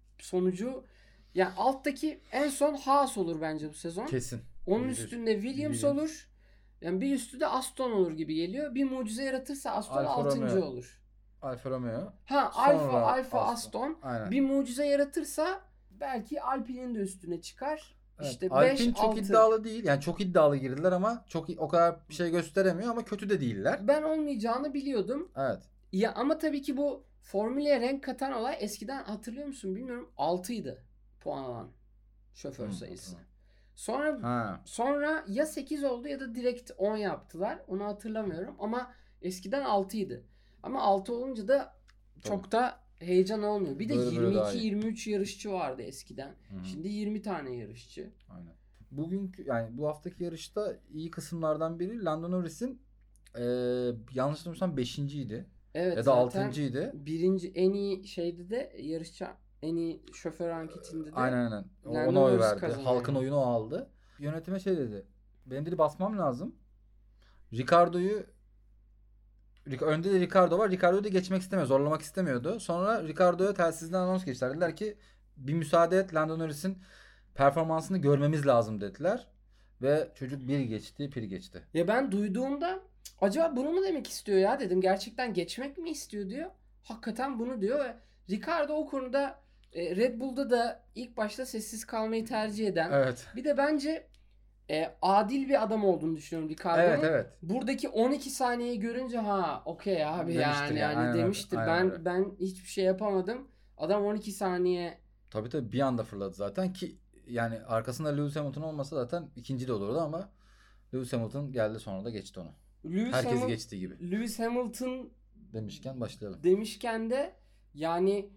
sonucu yani alttaki en son Haas olur bence bu sezon. Kesin. Onun Yüzde yüz. üstünde Williams, Williams. olur. Yani bir üstü de Aston olur gibi geliyor. Bir mucize yaratırsa Aston Alfa altıncı Romeo. olur. Alfa Romeo. Ha Sonra Alfa Alfa Aston. Aston. Aynen. Bir mucize yaratırsa belki Alpine'in de üstüne çıkar. Evet, İşte Alpine beş çok altı. iddialı değil. Yani çok iddialı girdiler ama çok o kadar bir şey gösteremiyor ama kötü de değiller. Ben olmayacağını biliyordum. Evet. Ya ama tabii ki bu formüle renk katan olay eskiden hatırlıyor musun bilmiyorum altıydı puan alan şoför Hı, sayısı. hatırlamam. Sonra Ha. sonra ya sekiz oldu ya da direkt on yaptılar. Onu hatırlamıyorum ama eskiden altıydı. Ama altı olunca da çok da heyecan olmuyor. Bir de Böyle böyle daha yirmi iki iyi. yirmi üç yarışçı vardı eskiden. Hı hı. Şimdi yirmi tane yarışçı. Aynen. Bugünkü yani bu haftaki yarışta iyi kısımlardan biri Lando Norris'in e, yanlış hatırlamıyorsam beşinciydi. Evet Ya da zaten altıncıydı. birinci en iyi şeyde de yarışçı en iyi şoför anketinde de Aynen aynen. O- Lando Ona oy Norris verdi. kazanıyor. Halkın oyunu o aldı. Yönetime şey dedi. Benim dedi basmam lazım. Ricardo'yu Ric- önde de Ricardo var. Ricardo'yu da geçmek istemiyor. Zorlamak istemiyordu. Sonra Ricardo'ya telsizden anons geçtiler. Dediler ki bir müsaade et, Lando Norris'in performansını görmemiz lazım dediler. Ve çocuk bir geçti, pir geçti. Ya ben duyduğumda acaba bunu mu demek istiyor ya dedim. Gerçekten geçmek mi istiyor diyor. Hakikaten bunu diyor ve Ricardo o konuda e, Red Bull'da da ilk başta sessiz kalmayı tercih eden. Evet. Bir de bence e, adil bir adam olduğunu düşünüyorum Ricardo'nun. Evet evet. Buradaki on iki saniyeyi görünce ha okey abi Demiştir yani, yani, yani aynen öyle, demiştir. aynen ben öyle. ben hiçbir şey yapamadım. Adam on iki saniye Tabii tabii bir anda fırladı zaten ki yani arkasında Lewis Hamilton olmasa zaten ikinci de olurdu ama Lewis Hamilton geldi sonra da geçti onu. Lewis Herkes Hamil- geçtiği gibi. Lewis Hamilton Demişken başlayalım. demişken de yani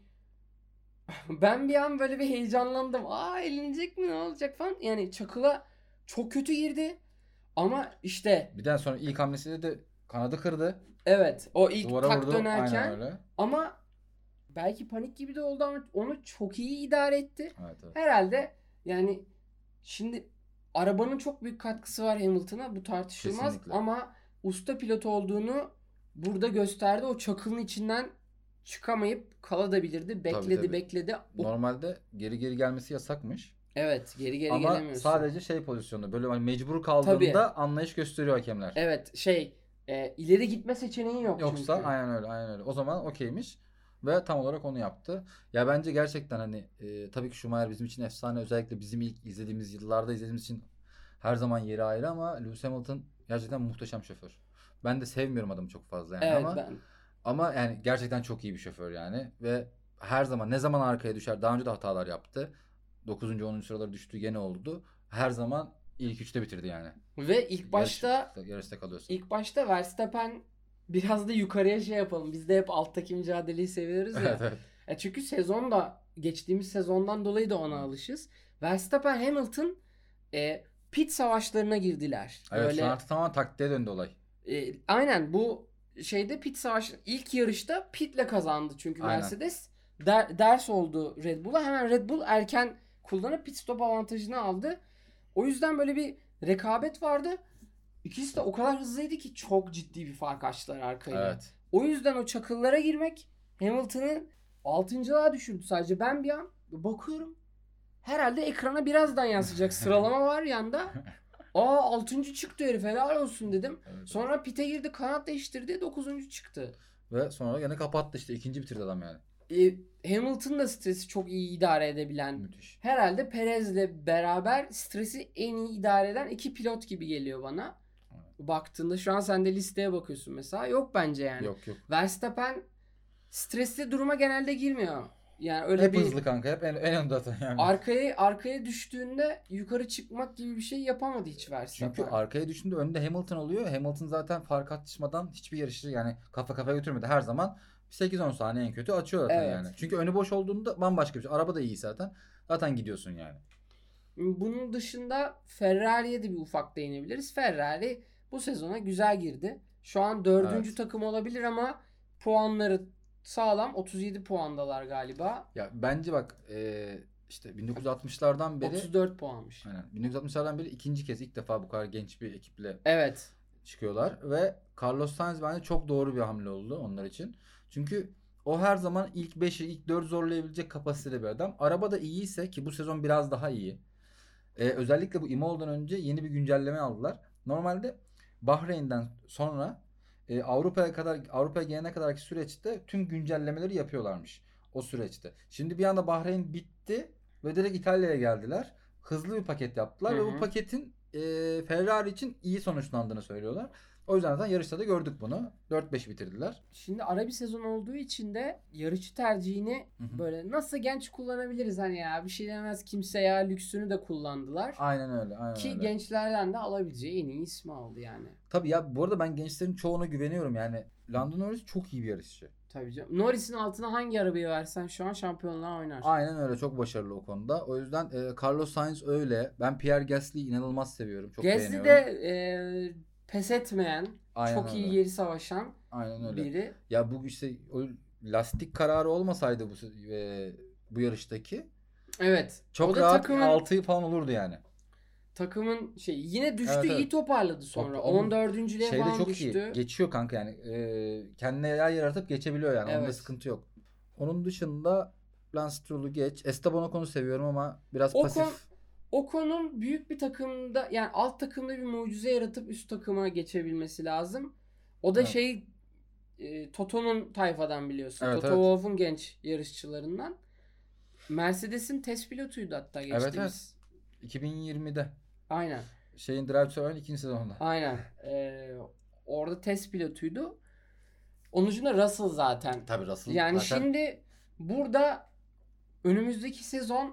ben bir an böyle bir heyecanlandım. Aa elenecek mi ne olacak falan. Yani Çakıl'a çok kötü girdi. Ama işte Bir daha sonra ilk hamlesiyle de kanadı kırdı. evet o ilk Duvara tak vurdu. dönerken Aynen öyle. ama belki panik gibi de oldu ama onu çok iyi idare etti. Evet, evet. Herhalde yani şimdi arabanın çok büyük katkısı var Hamilton'a, bu tartışılmaz. Kesinlikle. Ama usta pilot olduğunu burada gösterdi. O çakılın içinden çıkamayıp kalabilirdi. Bekledi tabii. bekledi. O- Normalde geri geri gelmesi yasakmış. Evet, geri geri Ama gelemiyorsun. sadece şey pozisyonda böyle hani mecbur kaldığında Tabii. anlayış gösteriyor hakemler. Evet, şey e, ileri gitme seçeneğin yok Yoksa çünkü. aynen öyle, aynen öyle. O zaman okeymiş ve tam olarak onu yaptı. Ya bence gerçekten hani e, tabii ki Schumacher bizim için efsane, özellikle bizim ilk izlediğimiz yıllarda izlediğimiz için her zaman yeri ayrı ama Lewis Hamilton gerçekten muhteşem şoför. Ben de sevmiyorum adamı çok fazla yani Evet ama ben ama yani gerçekten çok iyi bir şoför yani ve her zaman ne zaman arkaya düşer, daha önce de hatalar yaptı. dokuzuncu onuncu sıraları düştü, gene oldu. Her zaman ilk üçte bitirdi yani. ve ilk başta Yarış, yarışta kalıyorsun. ilk başta Verstappen biraz da yukarıya şey yapalım. Biz de hep alttaki mücadeleyi seviyoruz ya. Evet, evet. E çünkü sezonda geçtiğimiz sezondan dolayı da ona alışız. Verstappen Hamilton e, pit savaşlarına girdiler. Evet, Böyle şu an artık tamamen taktiğe döndü olay. e, aynen bu şeyde pit savaş ilk yarışta pitle kazandı çünkü Aynen. Mercedes der, ders oldu Red Bull'a. Hemen Red Bull erken kullanıp pit stop avantajını aldı. O yüzden böyle bir rekabet vardı. İkisi de o kadar hızlıydı ki çok ciddi bir fark açtılar arkayla. Evet. O yüzden o çakıllara girmek Hamilton'ı altıncılığa düşürdü sadece. Ben bir an bakıyorum. Herhalde ekrana birazdan yansıyacak sıralama var yanda. Aa altıncı çıktı herif, helal olsun dedim. Evet. Sonra pite girdi, kanat değiştirdi, dokuzuncu çıktı. Ve sonra yine kapattı işte. İkinci bitirdi adam yani. Ee, Hamilton da stresi çok iyi idare edebilen. Müthiş. Herhalde Perez'le beraber stresi en iyi idare eden iki pilot gibi geliyor bana. Baktığında şu an sen de listeye bakıyorsun mesela. Yok bence yani. Yok yok. Verstappen stresli duruma genelde girmiyor. Yani öyle Hep bir hızlı kanka. Hep en, en önde zaten yani. arkaya arkaya düştüğünde yukarı çıkmak gibi bir şey yapamadı hiç Verstappen. Çünkü arkaya düşündüğünde önde Hamilton oluyor. Hamilton zaten fark atışmadan hiçbir yarışı yani kafa kafaya götürmedi. Her zaman sekiz on saniye en kötü açıyor zaten Evet. yani. Çünkü önü boş olduğunda bambaşka bir şey. Araba da iyi zaten. Zaten gidiyorsun yani. Bunun dışında Ferrari'ye de bir ufak değinebiliriz. Ferrari bu sezona güzel girdi. Şu an dördüncü Evet. takım olabilir ama puanları sağlam. otuz yedi puandalar galiba. Ya bence bak e, işte bin dokuz yüz altmışlardan beri otuz dört puanmış. aynen, bin dokuz yüz altmışlardan beri ikinci kez ilk defa bu kadar genç bir ekiple Evet. çıkıyorlar ve Carlos Sainz bence çok doğru bir hamle oldu onlar için. Çünkü o her zaman ilk beşi, ilk dört zorlayabilecek kapasitede bir adam. Araba da iyiyse, ki bu sezon biraz daha iyi. Ee, özellikle bu Imola'dan önce yeni bir güncelleme aldılar. Normalde Bahreyn'den sonra e, Avrupa'ya kadar Avrupa'ya gelene kadarki süreçte tüm güncellemeleri yapıyorlarmış o süreçte. Şimdi bir anda Bahreyn bitti ve direkt İtalya'ya geldiler. Hızlı bir paket yaptılar Hı ve hı. bu paketin e, Ferrari için iyi sonuçlandığını söylüyorlar. O yüzden zaten yarışta da gördük bunu. dört beş bitirdiler. Şimdi ara bir sezon olduğu için de yarışçı tercihini Hı hı. böyle nasıl genç kullanabiliriz hani ya bir şey demez kimse ya lüksünü de kullandılar. Aynen öyle. Aynen Ki öyle. gençlerden de alabileceği en iyi ismi aldı yani. Tabii ya, bu arada ben gençlerin çoğuna güveniyorum yani. Lando Norris çok iyi bir yarışçı. Tabii canım. Norris'in altına hangi arabayı versen şu an şampiyonluğa oynar. Aynen öyle, çok başarılı o konuda. O yüzden e, Carlos Sainz öyle. Ben Pierre Gasly'yi inanılmaz seviyorum. Çok Gasly beğeniyorum. de e, pes etmeyen, Aynen çok iyi öyle. geri savaşan Aynen öyle. biri. Ya bu işte o lastik kararı olmasaydı bu e, bu yarıştaki Evet. çok o da rahat takımın altı falan olurdu yani. takımın şey yine düştü, Evet, iyi evet. toparladı sonra. Top- onun on dördüncülüğe Şeyde falan çok düştü. iyi. Geçiyor kanka yani. E, kendine yer yaratıp geçebiliyor yani. Onda Evet. sıkıntı yok. Onun dışında Lance Stroll'u geç. Esteban Ocon'u seviyorum ama biraz Ocon- pasif. Ocon'un büyük bir takımda yani alt takımda bir mucize yaratıp üst takıma geçebilmesi lazım. O da Evet. şey e, Toto'nun tayfadan biliyorsun. Evet, Toto evet. Wolff'un genç yarışçılarından. Mercedes'in test pilotuydu hatta Evet, geçtiğimiz. iki bin yirmide. Aynen. Şeyin Drive to Survive'ın ikinci sezonunda. Aynen. Ee, orada test pilotuydu. Onun dışında Russell zaten. Tabii Russell Yani zaten şimdi burada önümüzdeki sezon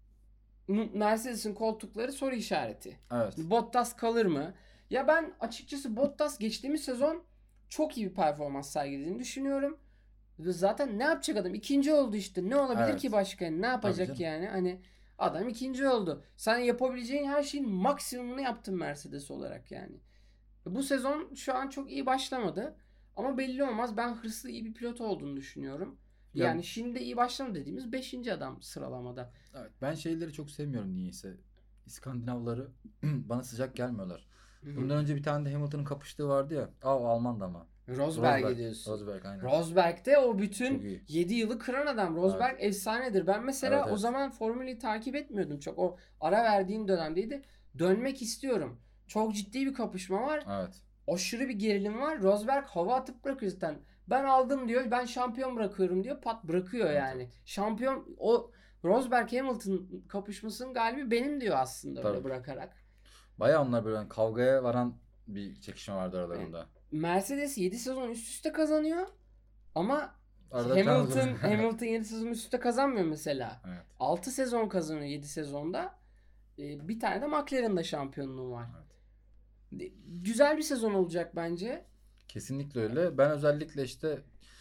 Mercedes'in koltukları soru işareti. evet. Bottas kalır mı? Ya ben açıkçası Bottas geçtiğimiz sezon çok iyi bir performans sergilediğini düşünüyorum. Ve zaten ne yapacak adam? İkinci oldu işte. Ne olabilir Evet. ki başka? Ne yapacak canım. yani? Hani adam ikinci oldu. Sen yapabileceğin her şeyin maksimumunu yaptın Mercedes olarak yani. Bu sezon şu an çok iyi başlamadı. Ama belli olmaz. Ben hırslı iyi bir pilot olduğunu düşünüyorum. Ya- Yani şimdi iyi başlamadı dediğimiz beşinci adam sıralamada. Evet, ben şeyleri çok sevmiyorum niyeyse. İskandinavları bana sıcak gelmiyorlar. Bundan önce bir tane de Hamilton'ın kapıştığı vardı ya. Aa o Alman'dı ama. Rosberg'e Rosberg. diyorsun. Rosberg aynen. Rosberg'de o Çok bütün iyi. yedi yılı kıran adam. Rosberg efsanedir. Ben mesela Evet, o evet. zaman Formüla'yı takip etmiyordum çok. O ara verdiğin dönemdeydi. Dönmek istiyorum. Çok ciddi bir kapışma var. Evet. Aşırı bir gerilim var. Rosberg hava atıp bırakıyor zaten. Ben aldım diyor. Ben şampiyon bırakıyorum diyor. Pat bırakıyor Evet, yani. evet. Şampiyon o Rosberg Hamilton kapışmasının galibi benim diyor aslında öyle Tabii. bırayarak. Bayağı onlar böyle hani kavgaya varan bir çekişme vardı aralarında. Mercedes yedi sezon üst üste kazanıyor. Ama Arada bir tane Hamilton uzun- Hamilton yedi sezon üst üste kazanmıyor mesela. Evet. altı sezon kazanıyor yedi sezonda. Ee, bir tane de McLaren'da şampiyonluğu var. Evet. Güzel bir sezon olacak bence. Kesinlikle öyle. Ben özellikle işte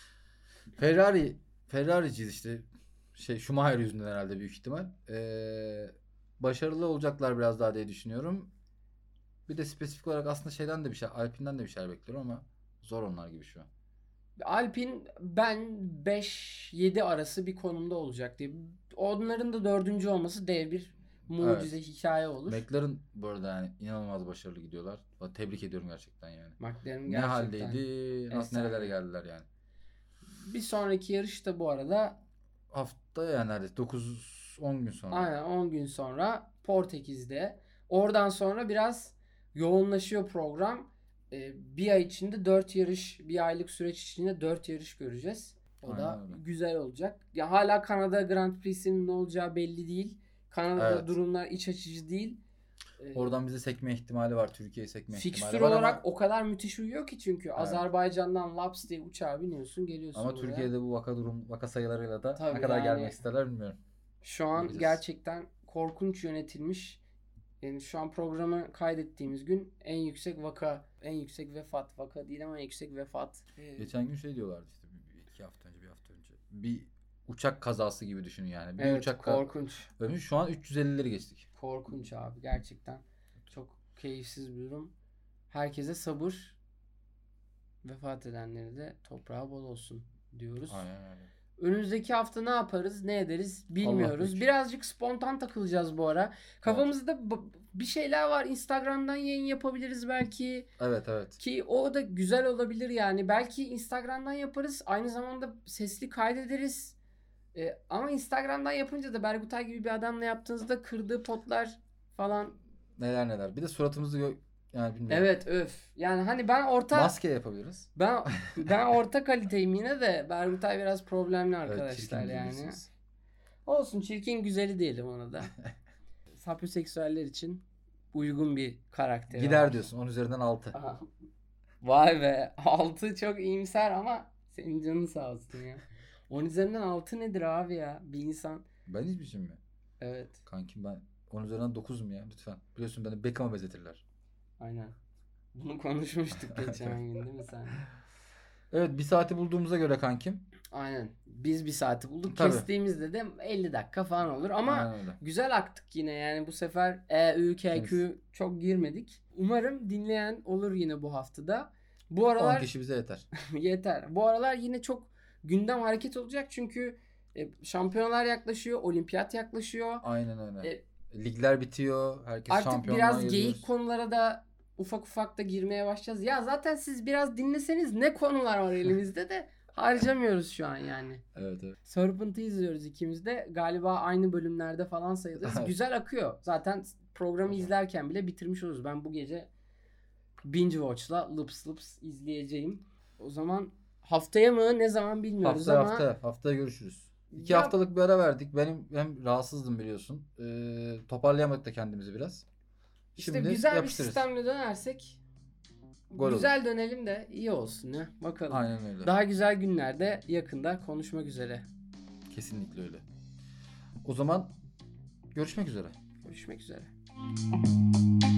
Ferrari Ferrari'ciyiz işte. Şey Schumacher yüzünden herhalde büyük ihtimal. Ee, başarılı olacaklar biraz daha diye düşünüyorum. Bir de spesifik olarak aslında şeyden de bir şey, Alpine'den de bir şeyler bekliyorum ama zor onlar gibi şu an. Alpine ben beş yedi arası bir konumda olacak diye. Onların da dördüncü olması dev bir mucize hikaye olur. McLaren bu arada yani inanılmaz başarılı gidiyorlar. Tebrik ediyorum gerçekten yani. McLaren Ne gerçekten. haldeydi, nasıl efsane. nerelere geldiler yani. Bir sonraki yarış da bu arada Hafta yani neredeyse dokuz on gün sonra. aynen on gün sonra Portekiz'de. Oradan sonra biraz yoğunlaşıyor program. Ee, bir ay içinde dört yarış, bir aylık süreç içinde dört yarış göreceğiz. O da Aynen öyle. güzel olacak. Ya hala Kanada Grand Prix'sinin ne olacağı belli değil. Kanada'da Evet. durumlar iç açıcı değil. Ee, Oradan bize sekme ihtimali var. Türkiye'ye sekme ihtimali fikstür var olarak ama, o kadar müthiş uyuyor ki çünkü Azerbaycan'dan laps diye uçağa biniyorsun, geliyorsun ama buraya. Türkiye'de bu vaka durum vaka sayılarıyla da Tabii ne kadar yani- gelmek isterler bilmiyorum. Şu an Bakacağız. gerçekten korkunç yönetilmiş. Yani şu an programı kaydettiğimiz gün en yüksek vaka, en yüksek vefat, vaka değil ama en yüksek vefat. Ee, Geçen gün şey diyorlardı işte bir- iki hafta önce bir hafta önce. Bir uçak kazası gibi düşünün yani. Bir evet, uçak ka- korkunç. ölmüş. Şu an üç yüz ellileri geçtik. Korkunç abi gerçekten. Çok keyifsiz bir durum. Herkese sabır. Vefat edenleri de toprağı bol olsun diyoruz. Aynen öyle. Önümüzdeki hafta ne yaparız, ne ederiz bilmiyoruz. büyük. Birazcık spontan takılacağız bu ara. Kafamızda b- bir şeyler var. Instagram'dan yayın yapabiliriz belki. Evet evet. Ki o da güzel olabilir yani. Belki Instagram'dan yaparız. Aynı zamanda sesli kaydederiz. Ee, ama Instagram'dan yapınca da Bergutay gibi bir adamla yaptığınızda kırdığı potlar falan. Neler neler. Bir de suratımızı gö- yani bilmiyorum. Evet öf. Yani hani ben orta Maske yapabiliriz. ben ben orta kaliteyim yine de Bergutay biraz problemli Evet, arkadaşlar çirkin yani. bilirsiniz. Olsun, çirkin güzeli diyelim ona da. Sapyoseksüeller için uygun bir karakter. Gider diyorsun. On üzerinden altı. Aha. Vay be. altı çok iyimser ama senin canın sağ olsun ya. on üzerinden altı nedir abi ya? Bir insan. Ben hiçbir şey mi? Evet. Kankim ben on üzerinden dokuzum ya lütfen. Biliyorsun beni Beckham'a benzetirler. Aynen. Bunu konuşmuştuk geçen gün değil mi sen? Evet bir saati bulduğumuza göre kankim. Aynen. Biz bir saati bulduk. Tabii. Kestiğimizde de elli dakika falan olur ama Aynen öyle. güzel aktık yine yani bu sefer E, Ü, K, Q çok girmedik. Umarım dinleyen olur yine bu haftada. Bu on aralar kişi bize yeter. yeter. Bu aralar yine çok gündem hareket olacak çünkü e, şampiyonlar yaklaşıyor, olimpiyat yaklaşıyor. Aynen öyle. E, Ligler bitiyor. Herkes Artık şampiyonluğa biraz geziyoruz. geyik konulara da ufak ufak da girmeye başlayacağız. Ya zaten siz biraz dinleseniz ne konular var elimizde de harcamıyoruz şu an yani. Evet evet. Serpent'ı izliyoruz ikimiz de. Galiba aynı bölümlerde falan sayılırız. Evet. Güzel akıyor. Zaten programı izlerken bile bitirmiş oluruz. Ben bu gece binge watch'la lıps lıps izleyeceğim. O zaman haftaya mı ne zaman bilmiyoruz Hafta ama hafta haftaya görüşürüz. İki Ya- haftalık bir ara verdik. Benim hem rahatsızdım biliyorsun. Ee, toparlayamadık da kendimizi biraz. işte Şimdi güzel bir yapıştırırız. sistemle dönersek Gol güzel dönelim de iyi olsun ya. Bakalım. Aynen öyle. Daha güzel günlerde yakında konuşmak üzere. Kesinlikle öyle. O zaman görüşmek üzere. Görüşmek üzere.